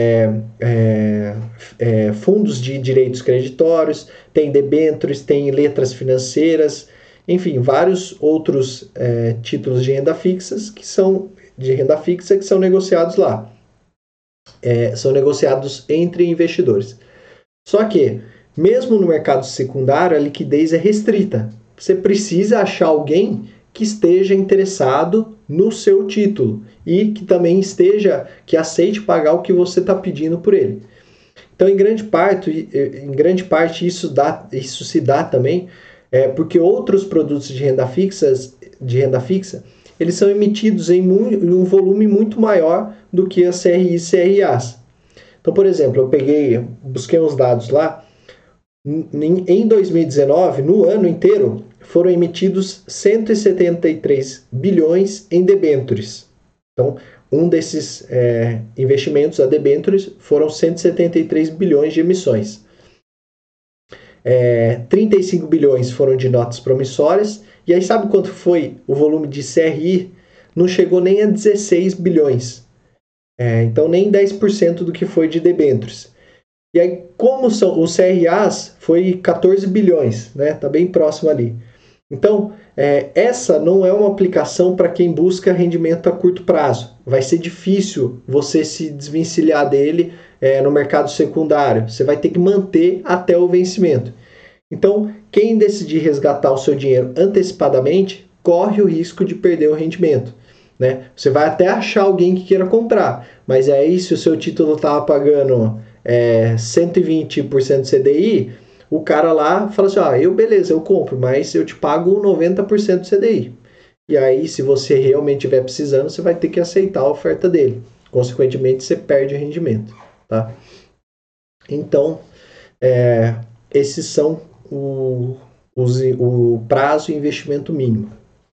S1: fundos de direitos creditórios, tem debêntures, tem letras financeiras, enfim, vários outros títulos de renda fixa que são negociados lá. São negociados entre investidores. Só que, mesmo no mercado secundário, a liquidez é restrita. Você precisa achar alguém que esteja interessado no seu título e que também que aceite pagar o que você está pedindo por ele. Então, em grande parte isso se dá também porque outros produtos de renda fixa, eles são emitidos em um volume muito maior do que as CRI e CRAs. Então, por exemplo, busquei uns dados lá. Em 2019, no ano inteiro, foram emitidos 173 bilhões em debêntures. Então, um desses investimentos a debêntures foram 173 bilhões de emissões. 35 bilhões foram de notas promissórias. E aí, sabe quanto foi o volume de CRI? Não chegou nem a 16 bilhões. Então, nem 10% do que foi de debêntures. E aí, como são os CRAs, foi 14 bilhões, né? Tá bem próximo ali. Então, essa não é uma aplicação para quem busca rendimento a curto prazo. Vai ser difícil você se desvencilhar dele no mercado secundário. Você vai ter que manter até o vencimento. Então, quem decidir resgatar o seu dinheiro antecipadamente, corre o risco de perder o rendimento, né? Você vai até achar alguém que queira comprar, mas aí se o seu título estava pagando 120% CDI, o cara lá fala assim, beleza, eu compro, mas eu te pago 90% CDI. E aí, se você realmente estiver precisando, você vai ter que aceitar a oferta dele. Consequentemente, você perde o rendimento, tá? Então, esses são o prazo e investimento mínimo.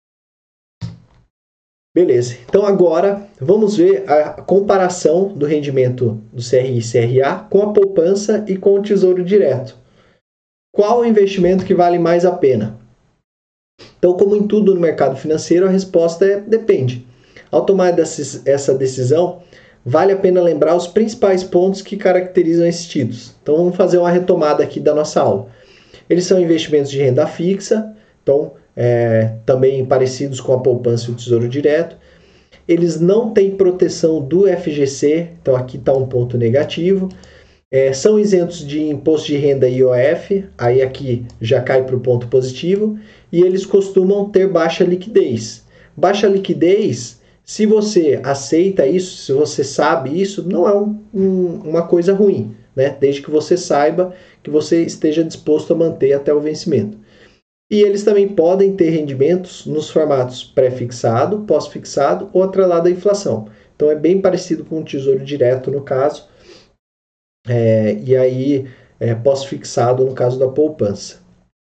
S1: Beleza, então agora vamos ver a comparação do rendimento do CRI e CRA com a poupança e com o Tesouro Direto. Qual o investimento que vale mais a pena? Então, como em tudo no mercado financeiro, a resposta é depende. Ao tomar essa decisão, vale a pena lembrar os principais pontos que caracterizam esses títulos. Então, vamos fazer uma retomada aqui da nossa aula. Eles são investimentos de renda fixa, então também parecidos com a poupança e o Tesouro Direto. Eles não têm proteção do FGC, então aqui está um ponto negativo. São isentos de imposto de renda e IOF, aí aqui já cai para o ponto positivo. E eles costumam ter baixa liquidez. Baixa liquidez, se você aceita isso, se você sabe isso, não é uma coisa ruim, né? Desde que você saiba que você esteja disposto a manter até o vencimento. E eles também podem ter rendimentos nos formatos pré-fixado, pós-fixado ou atrelado à inflação. Então é bem parecido com o Tesouro Direto no caso, e aí pós-fixado no caso da poupança.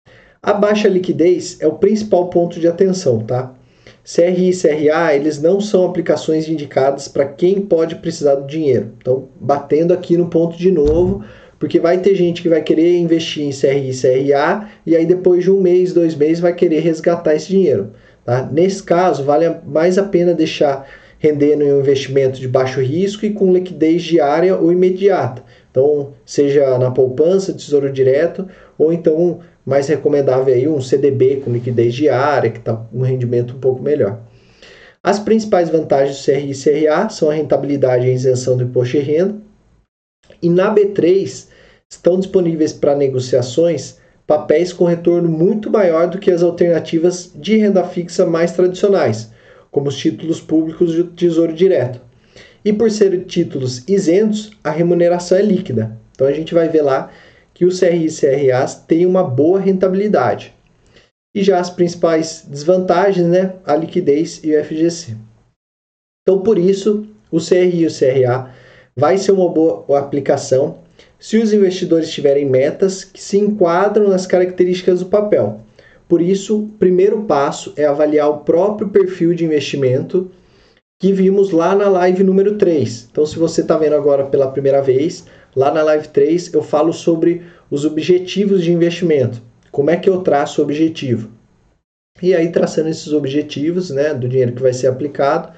S1: A baixa liquidez é o principal ponto de atenção, tá? CRI e CRA, eles não são aplicações indicadas para quem pode precisar do dinheiro. Então, batendo aqui no ponto de novo, porque vai ter gente que vai querer investir em CRI e CRA e aí depois de 1 mês, 2 meses vai querer resgatar esse dinheiro. Tá? Nesse caso, vale mais a pena deixar rendendo em um investimento de baixo risco e com liquidez diária ou imediata. Então, seja na poupança, tesouro direto, ou então mais recomendável aí um CDB com liquidez diária, que está um rendimento um pouco melhor. As principais vantagens do CRI e CRA são a rentabilidade e a isenção do imposto de renda. E na B3 estão disponíveis para negociações papéis com retorno muito maior do que as alternativas de renda fixa mais tradicionais, como os títulos públicos de tesouro direto. E por serem títulos isentos, a remuneração é líquida. Então a gente vai ver lá que os CRI e CRAs têm uma boa rentabilidade. E já as principais desvantagens, né? A liquidez e o FGC. Então por isso, o CRI e o CRA vai ser uma boa aplicação se os investidores tiverem metas que se enquadram nas características do papel. Por isso, o primeiro passo é avaliar o próprio perfil de investimento que vimos lá na live número 3. Então, se você está vendo agora pela primeira vez, lá na live 3 eu falo sobre os objetivos de investimento. Como é que eu traço o objetivo? E aí, traçando esses objetivos, né, do dinheiro que vai ser aplicado,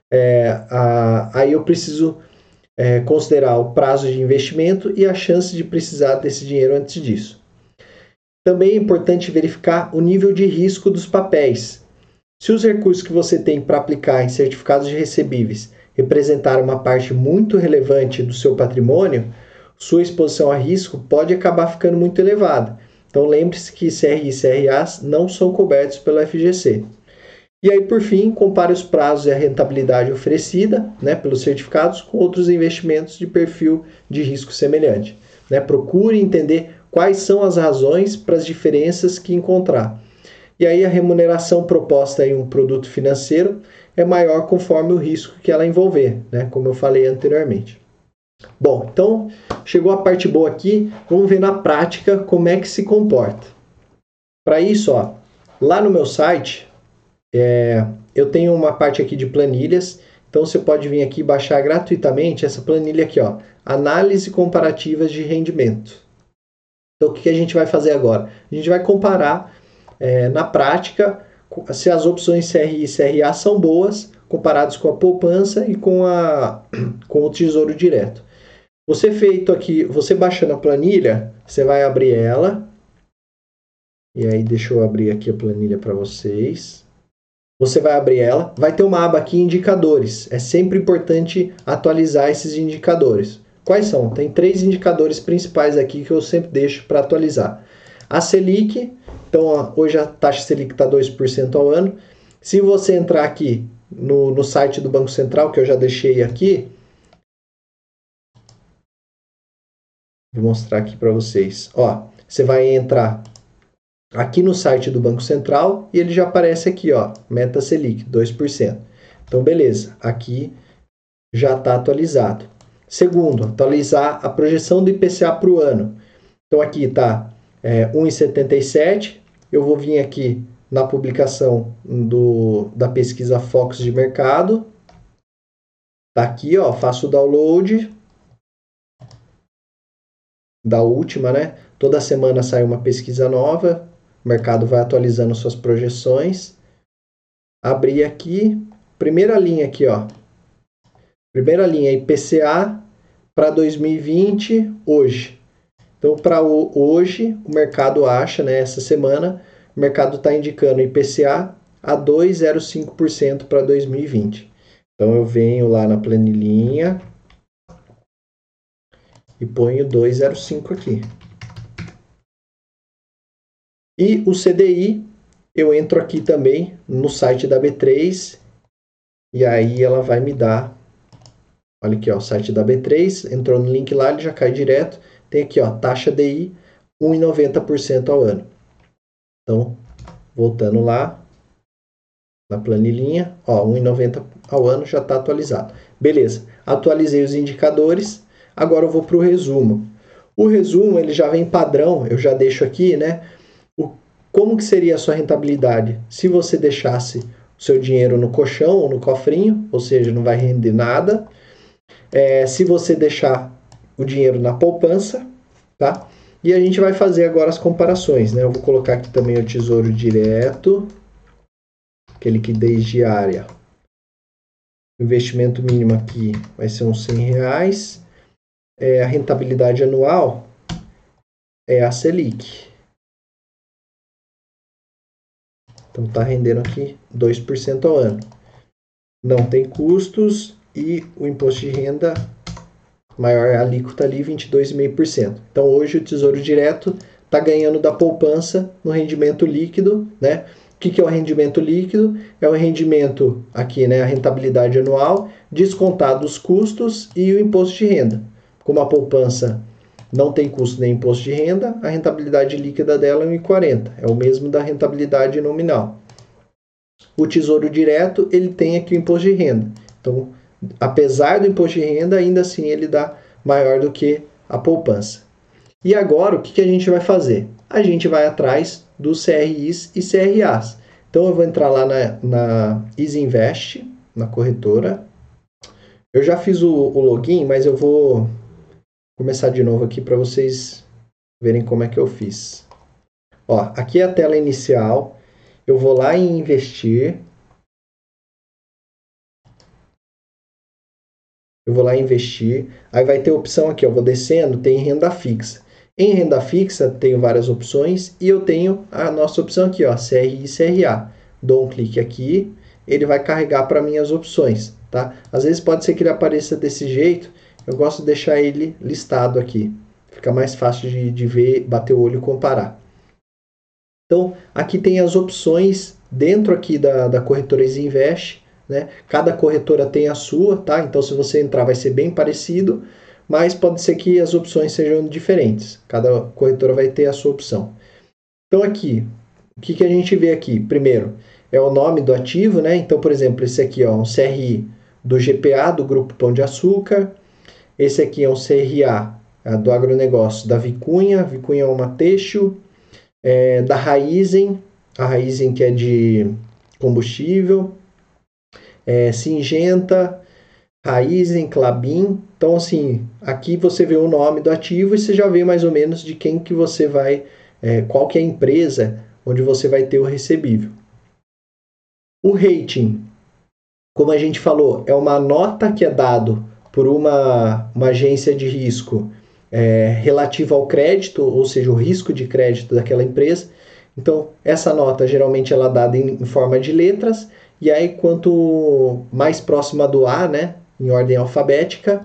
S1: aí eu preciso considerar o prazo de investimento e a chance de precisar desse dinheiro antes disso. Também é importante verificar o nível de risco dos papéis. Se os recursos que você tem para aplicar em certificados de recebíveis representarem uma parte muito relevante do seu patrimônio, sua exposição a risco pode acabar ficando muito elevada. Então lembre-se que CRI e CRAs não são cobertos pelo FGC. E aí, por fim, compare os prazos e a rentabilidade oferecida, né, pelos certificados com outros investimentos de perfil de risco semelhante. Né? Procure entender quais são as razões para as diferenças que encontrar. E aí a remuneração proposta em um produto financeiro é maior conforme o risco que ela envolver, né, como eu falei anteriormente. Bom, então chegou a parte boa aqui, vamos ver na prática como é que se comporta. Para isso, ó, lá no meu site, eu tenho uma parte aqui de planilhas, então você pode vir aqui e baixar gratuitamente essa planilha aqui, ó, análise comparativas de rendimento. Então o que a gente vai fazer agora? A gente vai comparar na prática se as opções CRI e CRA são boas comparadas com a poupança e com o tesouro direto. Você baixando a planilha, você vai abrir ela, e aí deixa eu abrir aqui a planilha para vocês. Você vai abrir ela, vai ter uma aba aqui, indicadores. É sempre importante atualizar esses indicadores. Quais são? Tem 3 indicadores principais aqui que eu sempre deixo para atualizar. A Selic, então hoje a taxa Selic está 2% ao ano. Se você entrar aqui no site do Banco Central, que eu já deixei aqui, vou mostrar aqui para vocês. Ó, você vai entrar aqui no site do Banco Central e ele já aparece aqui, ó, meta Selic, 2%. Então, beleza, aqui já está atualizado. Segundo, atualizar a projeção do IPCA para o ano. Então, aqui está 1,77. Eu vou vir aqui na publicação da pesquisa Focus de mercado. Está aqui, ó, faço o download da última, né? Toda semana sai uma pesquisa nova. O mercado vai atualizando suas projeções. Abrir aqui, primeira linha aqui, ó. Primeira linha IPCA para 2020 hoje. Então, para hoje, o mercado acha, né, essa semana, o mercado está indicando IPCA a 2,05% para 2020. Então, eu venho lá na planilhinha e ponho 2,05 aqui. E o CDI, eu entro aqui também no site da B3 e aí ela vai me dar, olha aqui, ó, o site da B3, entrou no link lá, ele já cai direto. Tem aqui, ó, taxa DI 1,90% ao ano. Então, voltando lá na planilhinha, ó, 1,90 ao ano já está atualizado. Beleza, atualizei os indicadores, agora eu vou para o resumo. O resumo, ele já vem padrão, eu já deixo aqui, né? como que seria a sua rentabilidade se você deixasse o seu dinheiro no colchão ou no cofrinho, ou seja, não vai render nada. Se você deixar o dinheiro na poupança, tá? E a gente vai fazer agora as comparações, né? Eu vou colocar aqui também o Tesouro Direto, que é liquidez diária. O investimento mínimo aqui vai ser uns R$100. A rentabilidade anual é a Selic. Então está rendendo aqui 2% ao ano. Não tem custos e o imposto de renda maior alíquota ali, 22,5%. Então hoje o Tesouro Direto está ganhando da poupança no rendimento líquido, né? O que é o rendimento líquido? É o rendimento aqui, né? A rentabilidade anual, descontado os custos e o imposto de renda. Como a poupança não tem custo nem imposto de renda, a rentabilidade líquida dela é 1,40. É o mesmo da rentabilidade nominal. O Tesouro Direto, ele tem aqui o imposto de renda. Então, apesar do imposto de renda, ainda assim ele dá maior do que a poupança. E agora, o que a gente vai fazer? A gente vai atrás dos CRIs e CRAs. Então, eu vou entrar lá na EasyInvest, na corretora. Eu já fiz o login, mas eu vou começar de novo aqui para vocês verem como é que eu fiz. Ó, aqui é a tela inicial. Eu vou lá em investir. Eu vou lá em investir. Aí vai ter a opção aqui, ó, vou descendo, tem renda fixa. Em renda fixa, tenho várias opções e eu tenho a nossa opção aqui, ó, CRI e CRA. Dou um clique aqui, ele vai carregar para mim as opções, tá? Às vezes pode ser que ele apareça desse jeito, eu gosto de deixar ele listado aqui. Fica mais fácil de ver, bater o olho e comparar. Então, aqui tem as opções dentro aqui da corretora EasyInvest, né? Cada corretora tem a sua, tá? Então, se você entrar, vai ser bem parecido, mas pode ser que as opções sejam diferentes. Cada corretora vai ter a sua opção. Então, aqui, o que a gente vê aqui? Primeiro, é o nome do ativo, né? Então, por exemplo, esse aqui é um CRI do GPA, do Grupo Pão de Açúcar. Esse aqui é um CRA do agronegócio da Vicunha. Vicunha é uma Teixo. Da Raízen, a Raízen que é de combustível. Singenta, Raízen, Klabin. Então, assim, aqui você vê o nome do ativo e você já vê mais ou menos de quem que você vai, qual que é a empresa onde você vai ter o recebível. O rating, como a gente falou, é uma nota que é dado por uma agência de risco relativa ao crédito, ou seja, o risco de crédito daquela empresa. Então, essa nota geralmente ela é dada em forma de letras, e aí quanto mais próxima do A, né, em ordem alfabética,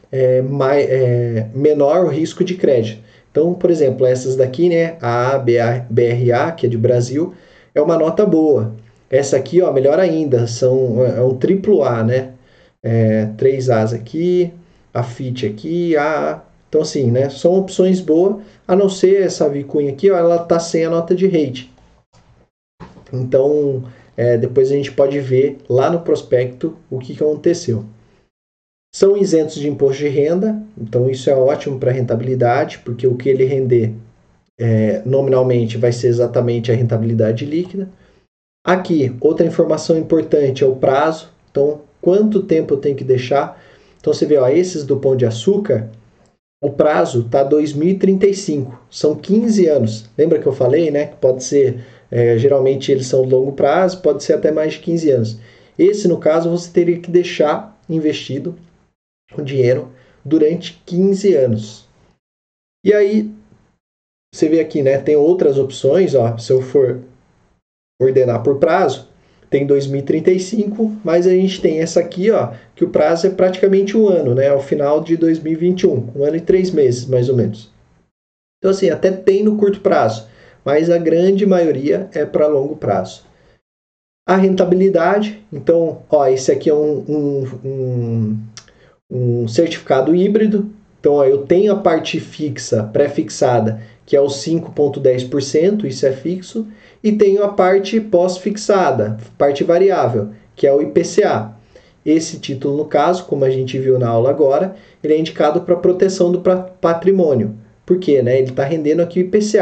S1: menor o risco de crédito. Então, por exemplo, essas daqui, né, a BRA, que é de Brasil, é uma nota boa. Essa aqui, ó, melhor ainda, é um AAA, né? 3 As aqui, a FIT aqui, a... Então, assim, né, são opções boas, a não ser essa Vicunha aqui, ó, ela tá sem a nota de rate. Então, depois a gente pode ver lá no prospecto o que aconteceu. São isentos de imposto de renda, então isso é ótimo para rentabilidade, porque o que ele render nominalmente vai ser exatamente a rentabilidade líquida. Aqui, outra informação importante é o prazo. Então, quanto tempo eu tenho que deixar? Então, você vê, ó, esses do Pão de Açúcar, o prazo está 2035. São 15 anos. Lembra que eu falei, né? Que pode ser, geralmente eles são longo prazo, pode ser até mais de 15 anos. Esse, no caso, você teria que deixar investido o dinheiro durante 15 anos. E aí, você vê aqui, né? Tem outras opções, ó. Se eu for ordenar por prazo, tem 2035, mas a gente tem essa aqui, ó, que o prazo é praticamente um ano, né, ao final de 2021, 1 ano e 3 meses, mais ou menos. Então, assim, até tem no curto prazo, mas a grande maioria é para longo prazo. A rentabilidade, então, ó, esse aqui é um certificado híbrido. Então, ó, eu tenho a parte fixa, pré-fixada, que é o 5,10%, isso é fixo, e tenho a parte pós-fixada, parte variável, que é o IPCA. Esse título, no caso, como a gente viu na aula agora, ele é indicado para proteção do patrimônio. Por quê? Né? Ele está rendendo aqui o IPCA.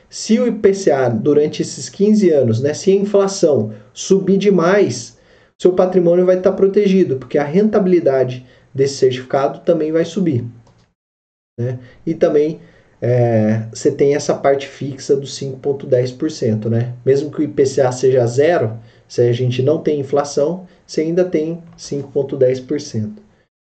S1: Se o IPCA durante esses 15 anos, né, se a inflação subir demais, seu patrimônio vai estar protegido, porque a rentabilidade desse certificado também vai subir. Né? E também você tem essa parte fixa dos 5,10%. Né? Mesmo que o IPCA seja zero, se a gente não tem inflação, você ainda tem 5,10%.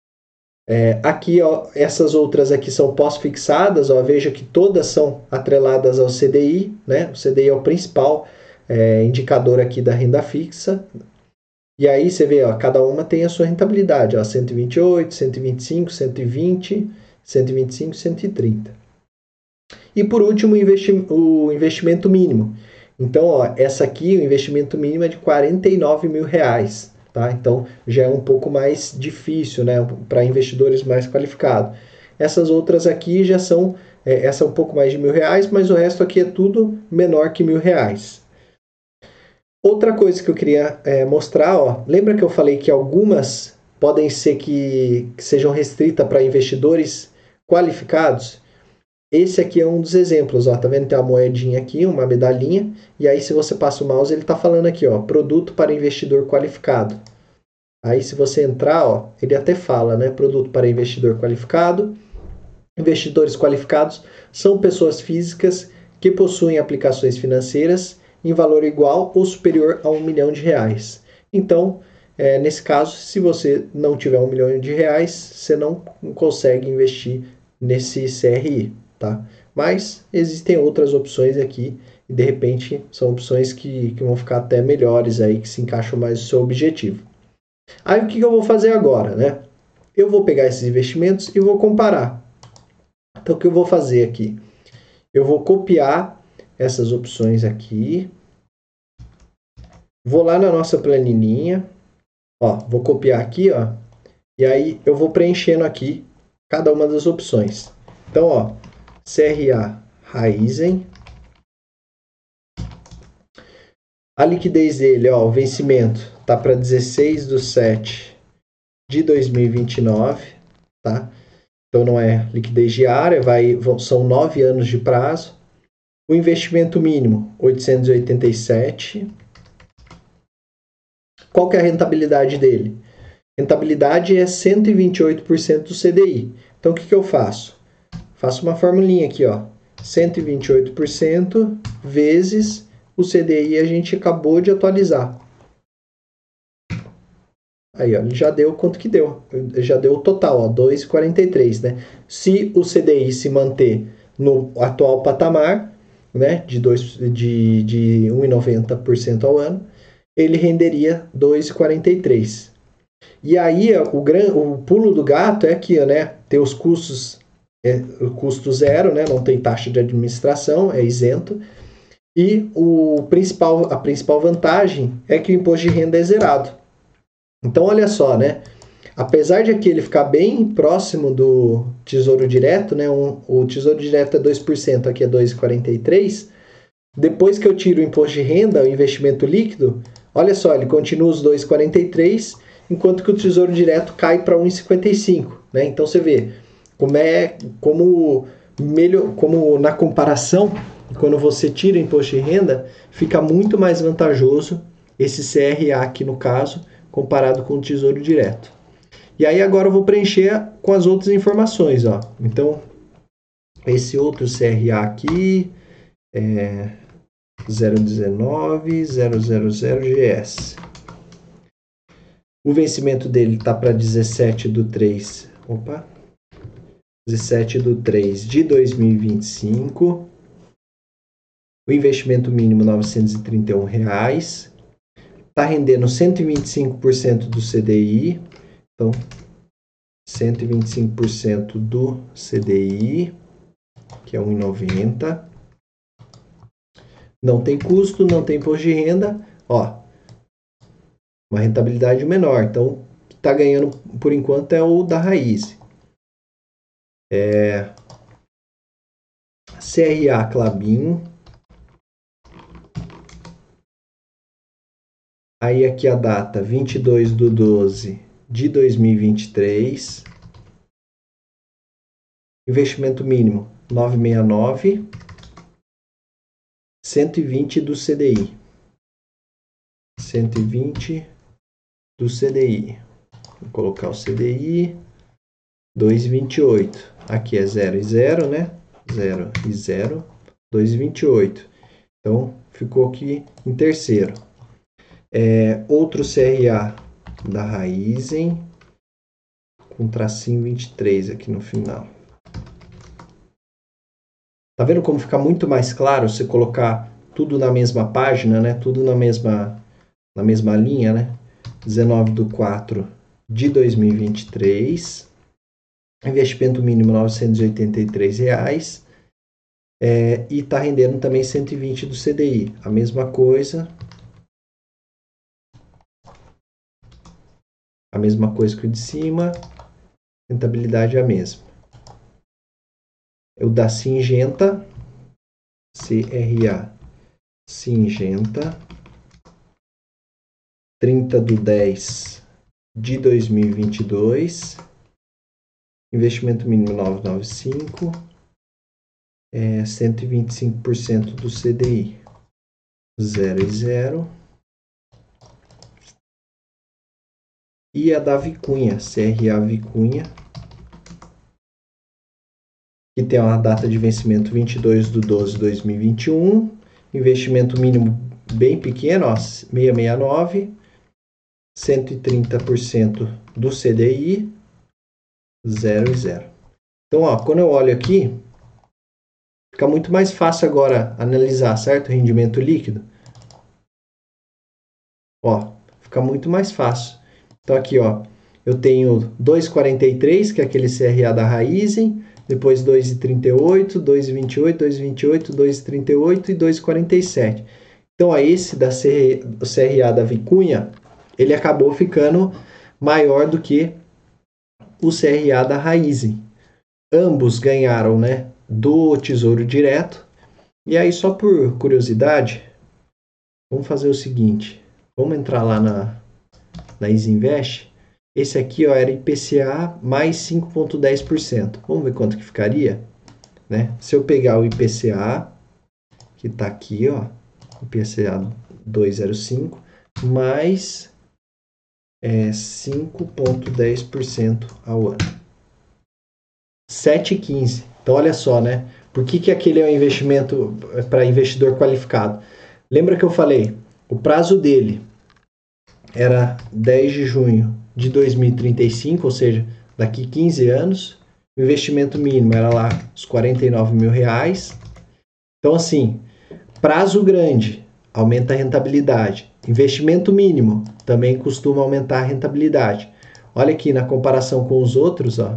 S1: Aqui, ó, essas outras aqui são pós-fixadas, ó, veja que todas são atreladas ao CDI, né? O CDI é o principal indicador aqui da renda fixa. E aí você vê, ó, cada uma tem a sua rentabilidade, ó, 128, 125, 120, 125, 130. E por último, o investimento mínimo. Então, ó, essa aqui, o investimento mínimo é de R$49 mil. Tá? Então já é um pouco mais difícil, né, para investidores mais qualificados. Essas outras aqui já são, essa é um pouco mais de R$1.000, mas o resto aqui é tudo menor que R$1.000. Outra coisa que eu queria mostrar, ó, lembra que eu falei que algumas podem ser que sejam restritas para investidores qualificados? Esse aqui é um dos exemplos, ó, tá vendo? Tem uma moedinha aqui, uma medalhinha, e aí se você passa o mouse, ele tá falando aqui, ó, produto para investidor qualificado. Aí se você entrar, ó, ele até fala, né, produto para investidor qualificado. Investidores qualificados são pessoas físicas que possuem aplicações financeiras em valor igual ou superior a R$1 milhão. Então, nesse caso, se você não tiver R$1 milhão, você não consegue investir nesse CRI. Tá? Mas existem outras opções aqui e de repente são opções que vão ficar até melhores aí, que se encaixam mais no seu objetivo. Aí o que eu vou fazer agora, né? Eu vou pegar esses investimentos e vou comparar. Então o que eu vou fazer aqui? Eu vou copiar essas opções aqui. Vou lá na nossa planilhinha, ó, vou copiar aqui, ó, e aí eu vou preenchendo aqui cada uma das opções. Então, ó, CRA Raizen. A liquidez dele, ó, o vencimento tá para 16/7/2029, tá? Então não é liquidez diária, são 9 anos de prazo. O investimento mínimo, 887. Qual que é a rentabilidade dele? Rentabilidade é 128% do CDI. Então o que eu faço? Faço uma formulinha aqui, ó. 128% vezes o CDI a gente acabou de atualizar. Aí, ó, ele já deu quanto que deu. Já deu o total, ó, 2,43, né? Se o CDI se manter no atual patamar, né, de 1,90% ao ano, ele renderia 2,43. E aí, o pulo do gato é aqui, ó, né? Ter os custos, o custo zero, né? Não tem taxa de administração, é isento. E a principal vantagem é que o imposto de renda é zerado. Então, olha só, né? Apesar de aqui ele ficar bem próximo do Tesouro Direto, né? O Tesouro Direto é 2%, aqui é 2,43%. Depois que eu tiro o imposto de renda, o investimento líquido, olha só, ele continua os 2,43%, enquanto que o Tesouro Direto cai para 1,55%. Né? Então, você vê como na comparação, quando você tira o imposto de renda, fica muito mais vantajoso esse CRA aqui no caso, comparado com o Tesouro Direto. E aí agora eu vou preencher com as outras informações, ó. Então, esse outro CRA aqui é 019-000GS. O vencimento dele está para 17/3/2025. O investimento mínimo R$ 931. Está rendendo 125% do CDI. Então, 125% do CDI, que é 1,90. Não tem custo, não tem imposto de renda. Ó, uma rentabilidade menor. Então, o que está ganhando por enquanto é o da Raiz. CRA Klabin. Aí aqui a data 22/12/2023. Investimento mínimo 969. 120 do CDI. 120 do CDI. Vou colocar o CDI 2,28. Aqui é 0 e 0, né? 0 e 0, 2,28. Então, ficou aqui em terceiro. Outro CRA da Raizen, com tracinho 23 aqui no final. Tá vendo como fica muito mais claro você colocar tudo na mesma página, né? Tudo na mesma linha, né? 19/4 de 2023. Investimento mínimo R$ 983. E está rendendo também 120 do CDI. A mesma coisa. A mesma coisa que o de cima. Rentabilidade é a mesma. O da Syngenta. CRA Syngenta. 30/10 de 2022. Investimento mínimo 995. 125% do CDI. 0 e 0. E a da Vicunha, CRA Vicunha, que tem uma data de vencimento 22/12/2021. Investimento mínimo bem pequeno, ó, 669. 130% do CDI. 0 e 0. Então, ó, quando eu olho aqui, fica muito mais fácil agora analisar, certo? Rendimento líquido. Ó, fica muito mais fácil. Então aqui, ó, eu tenho 2,43, que é aquele CRA da Raizen, depois 2,38, 2,28, 2,28, 2,38 e 2,47. Então, ó, esse da CRA da Vicunha, ele acabou ficando maior do que o CRA da Raizen. Ambos ganharam, né, do Tesouro Direto. E aí, só por curiosidade, vamos fazer o seguinte. Vamos entrar lá na Isinvest. Esse aqui, ó, era IPCA mais 5,10%. Vamos ver quanto que ficaria, né? Se eu pegar o IPCA, que está aqui, ó, IPCA 205, mais 5,10% ao ano. 7,15. Então, olha só, né? Por que aquele é um investimento para investidor qualificado? Lembra que eu falei? O prazo dele era 10 de junho de 2035, ou seja, daqui 15 anos. O investimento mínimo era lá os R$49 mil. Então, assim, prazo grande aumenta a rentabilidade. Investimento mínimo também costuma aumentar a rentabilidade. Olha aqui, na comparação com os outros, ó,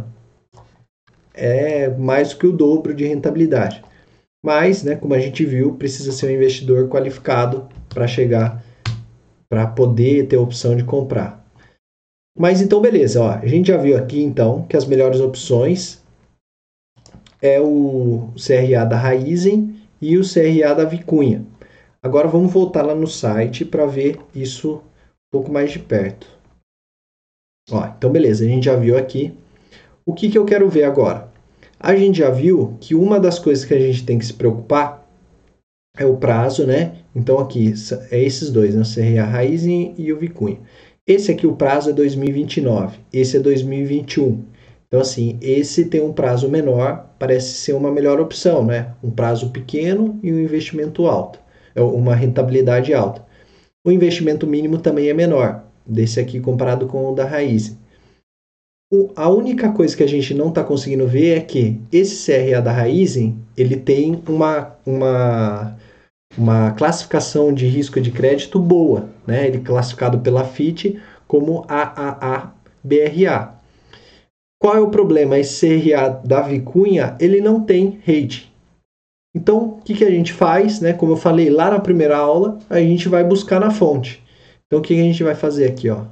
S1: é mais do que o dobro de rentabilidade. Mas, né, como a gente viu, precisa ser um investidor qualificado para chegar, para poder ter a opção de comprar. Mas então, beleza, ó, a gente já viu aqui então que as melhores opções é o CRA da Raizen e o CRA da Vicunha. Agora vamos voltar lá no site para ver isso um pouco mais de perto. Ó, então, beleza, a gente já viu aqui. O que eu quero ver agora? A gente já viu que uma das coisas que a gente tem que se preocupar é o prazo, né? Então aqui é esses dois, né? O CRA Raizen e o Vicunha. Esse aqui o prazo é 2029, esse é 2021. Então assim, esse tem um prazo menor, parece ser uma melhor opção, né? Um prazo pequeno e um investimento alto, uma rentabilidade alta. O investimento mínimo também é menor, desse aqui comparado com o da Raizen. A única coisa que a gente não está conseguindo ver é que esse CRA da Raizen, ele tem uma classificação de risco de crédito boa, né? Ele é classificado pela Fitch como AAA/BRA. Qual é o problema? Esse CRA da Vicunha, ele não tem rating. Então, o que a gente faz, né? Como eu falei lá na primeira aula, a gente vai buscar na fonte. Então, o que a gente vai fazer aqui, ó?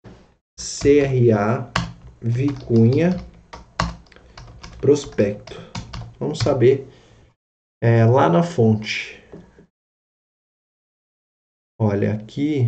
S1: CRA Vicunha prospecto. Vamos saber lá na fonte. Olha aqui.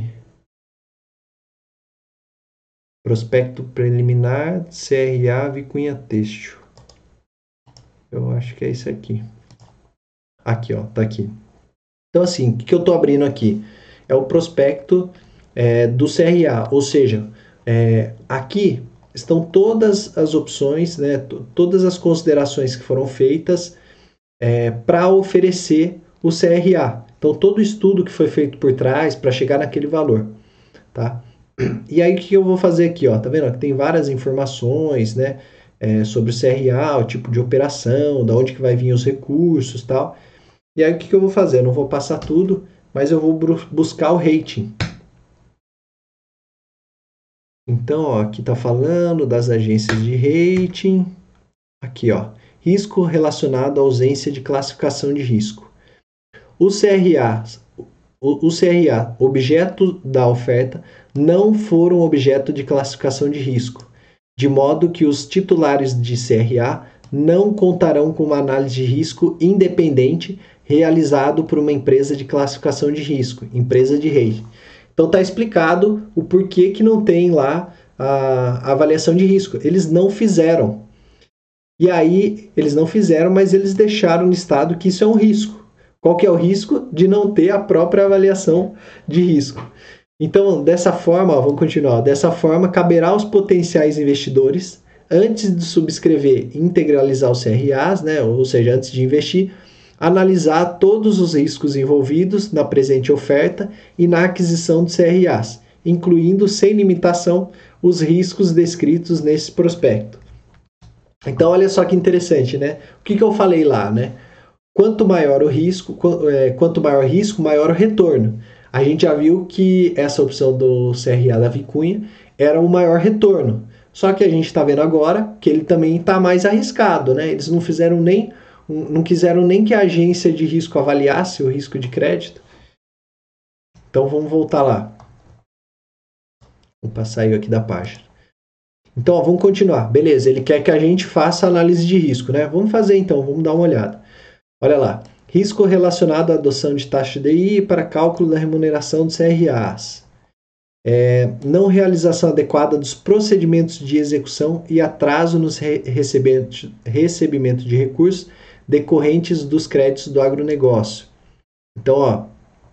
S1: Prospecto preliminar CRA Vicunha Têxtil. Eu acho que é isso aqui. Aqui, ó, tá aqui. Então, assim, o que eu estou abrindo aqui? É o prospecto do CRA, ou seja, aqui estão todas as opções, né, todas as considerações que foram feitas para oferecer o CRA. Então, todo o estudo que foi feito por trás para chegar naquele valor, tá? E aí, o que eu vou fazer aqui, ó? Tá vendo? Tem várias informações, né, sobre o CRA, o tipo de operação, da onde que vai vir os recursos, tal. E aí, o que eu vou fazer? Eu não vou passar tudo, mas eu vou buscar o rating. Então, ó, aqui está falando das agências de rating. Aqui, ó, risco relacionado à ausência de classificação de risco. O CRA, objeto da oferta, não foram objeto de classificação de risco, de modo que os titulares de CRA não contarão com uma análise de risco independente realizado por uma empresa de classificação de risco, empresa de rating. Então está explicado o porquê que não tem lá a avaliação de risco. Eles não fizeram. E aí, eles não fizeram, mas eles deixaram listado que isso é um risco. Qual que é o risco? De não ter a própria avaliação de risco. Então, dessa forma, ó, vamos continuar. Dessa forma, caberá aos potenciais investidores, antes de subscrever e integralizar os CRAs, né, ou seja, antes de investir, analisar todos os riscos envolvidos na presente oferta e na aquisição de CRAs, incluindo, sem limitação, os riscos descritos nesse prospecto. Então, olha só que interessante, né? O que eu falei lá, né? Quanto maior o risco, maior o retorno. A gente já viu que essa opção do CRA da Vicunha era o maior retorno. Só que a gente está vendo agora que ele também está mais arriscado, né? Eles não quiseram nem que a agência de risco avaliasse o risco de crédito. Então vamos voltar lá. Vou passar aqui da página. Então, ó, vamos continuar. Beleza, ele quer que a gente faça análise de risco, né? Vamos fazer então, vamos dar uma olhada. Olha lá. Risco relacionado à adoção de taxa de DI para cálculo da remuneração dos CRAs. Não realização adequada dos procedimentos de execução e atraso nos recebimento de recursos decorrentes dos créditos do agronegócio. Então, ó,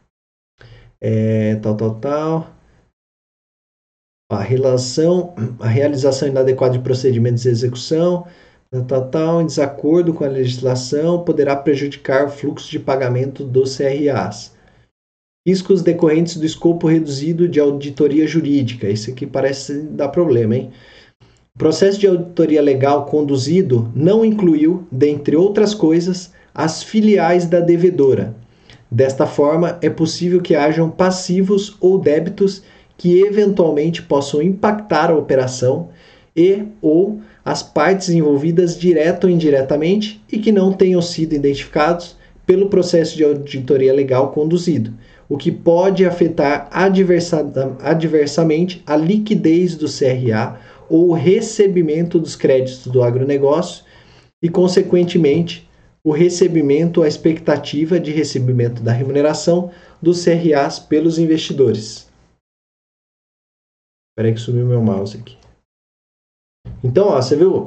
S1: a realização inadequada de procedimentos de execução, em desacordo com a legislação, poderá prejudicar o fluxo de pagamento dos CRAs. Riscos decorrentes do escopo reduzido de auditoria jurídica. Isso aqui parece dar problema, hein? O processo de auditoria legal conduzido não incluiu, dentre outras coisas, as filiais da devedora. Desta forma, é possível que hajam passivos ou débitos que eventualmente possam impactar a operação ou as partes envolvidas direta ou indiretamente e que não tenham sido identificados pelo processo de auditoria legal conduzido, o que pode afetar adversamente a liquidez do CRA ou o recebimento dos créditos do agronegócio e, consequentemente, o recebimento ou a expectativa de recebimento da remuneração dos CRAs pelos investidores. Espera aí que sumiu meu mouse aqui. Então, ó, você viu?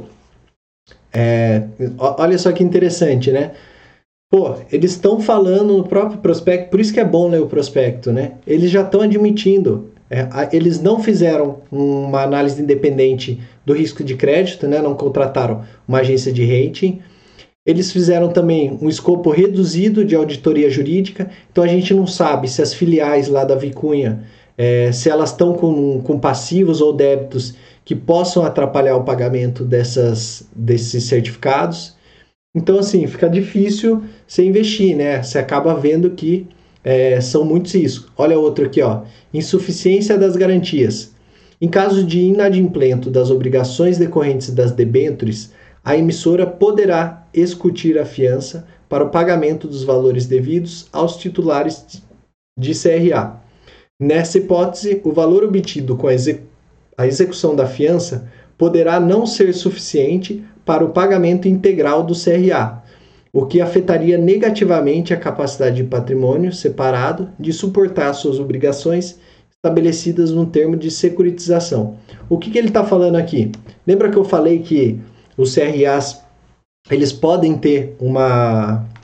S1: Olha só que interessante, né? Pô, eles estão falando no próprio prospecto, por isso que é bom ler o prospecto, né? Eles já estão admitindo. Eles não fizeram uma análise independente do risco de crédito, né? Não contrataram uma agência de rating. Eles fizeram também um escopo reduzido de auditoria jurídica. Então, a gente não sabe se as filiais lá da Vicunha, se elas estão com passivos ou débitos que possam atrapalhar o pagamento desses certificados. Então, assim, fica difícil você investir, né? Você acaba vendo que são muitos riscos. Olha outro aqui, ó. Insuficiência das garantias. Em caso de inadimplemento das obrigações decorrentes das debêntures, a emissora poderá excutir a fiança para o pagamento dos valores devidos aos titulares de CRA. Nessa hipótese, o valor obtido com a execução da fiança poderá não ser suficiente para o pagamento integral do CRA, o que afetaria negativamente a capacidade de patrimônio separado de suportar suas obrigações estabelecidas no termo de securitização. O que ele está falando aqui? Lembra que eu falei que os CRAs eles podem ter uma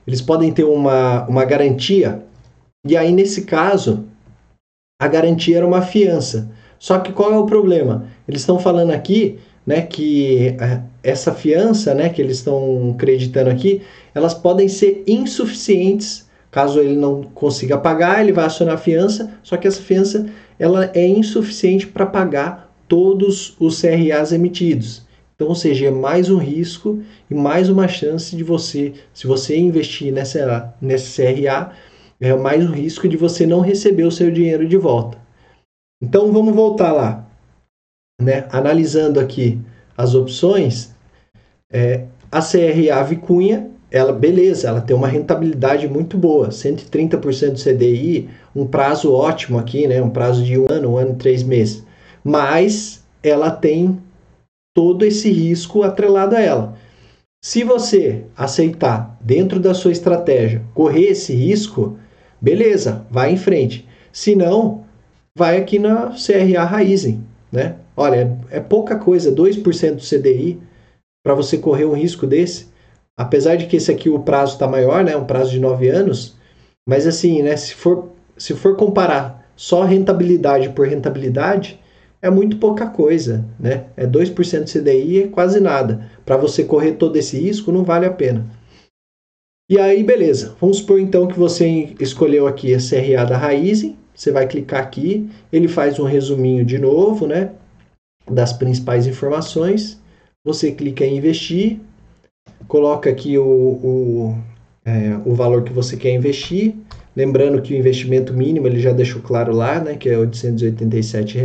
S1: eles podem ter uma garantia, e aí nesse caso, a garantia era uma fiança. Só que qual é o problema? Eles estão falando aqui, né, que essa fiança, né, que eles estão acreditando aqui, elas podem ser insuficientes. Caso ele não consiga pagar, ele vai acionar a fiança, só que essa fiança ela é insuficiente para pagar todos os CRAs emitidos. Então, ou seja, é mais um risco e mais uma chance de você, se você investir nesse CRA, é mais um risco de você não receber o seu dinheiro de volta. Então, vamos voltar lá, né? Analisando aqui as opções, a CRA Vicunha, beleza, ela tem uma rentabilidade muito boa, 130% do CDI, um prazo ótimo aqui, né? Um prazo de 1 ano e 3 meses. Mas ela tem todo esse risco atrelado a ela. Se você aceitar, dentro da sua estratégia, correr esse risco, beleza, vai em frente. Se não, vai aqui na CRA Raizen, né? Olha, é pouca coisa, 2% do CDI, para você correr um risco desse. Apesar de que esse aqui o prazo está maior, né? Um prazo de 9 anos. Mas assim, né? Se for comparar só rentabilidade por rentabilidade, é muito pouca coisa, né? 2% do CDI é quase nada. Para você correr todo esse risco, não vale a pena. E aí, beleza. Vamos supor então que você escolheu aqui a CRA da Raizen. Você vai clicar aqui, ele faz um resuminho de novo, né? Das principais informações. Você clica em investir, coloca aqui o valor que você quer investir. Lembrando que o investimento mínimo ele já deixou claro lá, né? Que é R$ 887.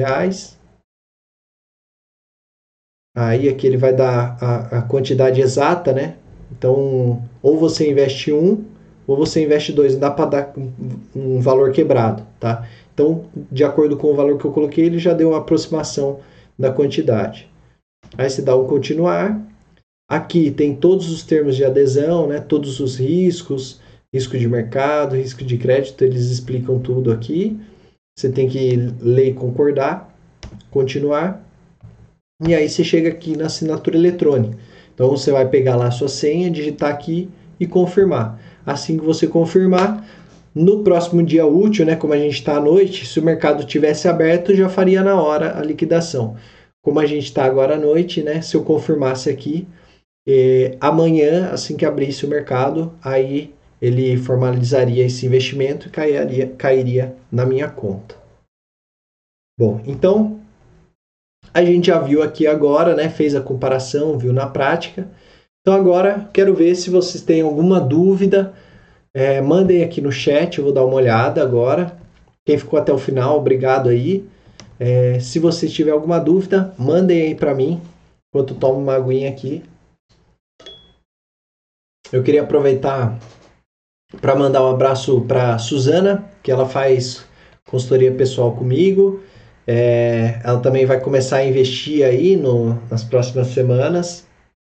S1: Aí aqui ele vai dar a quantidade exata, né? Então, ou você investe 1, ou você investe 2. Não dá para dar um valor quebrado, tá? Então, de acordo com o valor que eu coloquei, ele já deu uma aproximação da quantidade. Aí você dá o continuar. Aqui tem todos os termos de adesão, né? Todos os riscos, risco de mercado, risco de crédito, eles explicam tudo aqui. Você tem que ler e concordar, continuar. E aí você chega aqui na assinatura eletrônica. Então você vai pegar lá a sua senha, digitar aqui e confirmar. Assim que você confirmar, no próximo dia útil, né, como a gente está à noite, se o mercado tivesse aberto, já faria na hora a liquidação. Como a gente está agora à noite, né, se eu confirmasse aqui, amanhã, assim que abrisse o mercado, aí ele formalizaria esse investimento e cairia na minha conta. Bom, então a gente já viu aqui agora, né? Fez a comparação, viu na prática. Então agora quero ver se vocês têm alguma dúvida. Mandem aqui no chat, eu vou dar uma olhada agora. Quem ficou até o final, obrigado aí. Se vocês tiverem alguma dúvida, mandem aí para mim, enquanto eu tomo uma aguinha aqui. Eu queria aproveitar para mandar um abraço para Suzana, que ela faz consultoria pessoal comigo. Ela também vai começar a investir aí nas próximas semanas.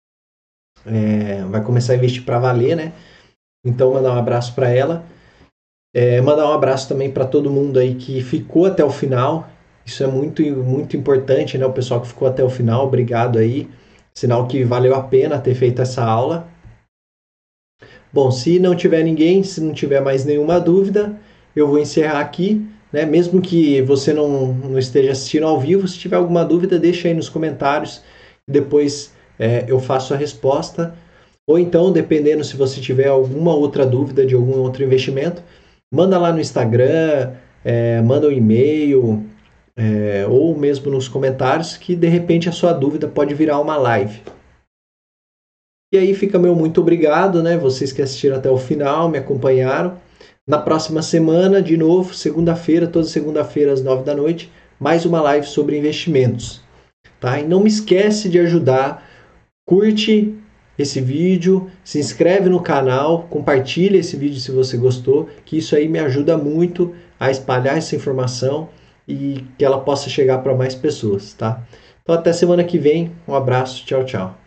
S1: Vai começar a investir para valer, né? Então, mandar um abraço para ela. Mandar um abraço também para todo mundo aí que ficou até o final. Isso é muito, muito importante, né? O pessoal que ficou até o final, obrigado aí. Sinal que valeu a pena ter feito essa aula. Bom, se não tiver ninguém, se não tiver mais nenhuma dúvida, eu vou encerrar aqui. Né? Mesmo que você não esteja assistindo ao vivo, se tiver alguma dúvida, deixa aí nos comentários. Depois eu faço a resposta. Ou então, dependendo se você tiver alguma outra dúvida de algum outro investimento, manda lá no Instagram, manda um e-mail, ou mesmo nos comentários, que de repente a sua dúvida pode virar uma live. E aí fica meu muito obrigado, né? Vocês que assistiram até o final, me acompanharam. Na próxima semana, de novo, segunda-feira, toda segunda-feira às 9 da noite, mais uma live sobre investimentos. Tá? E não me esquece de ajudar, curte esse vídeo, se inscreve no canal, compartilha esse vídeo se você gostou, que isso aí me ajuda muito a espalhar essa informação e que ela possa chegar para mais pessoas. Tá? Então até semana que vem, um abraço, tchau, tchau.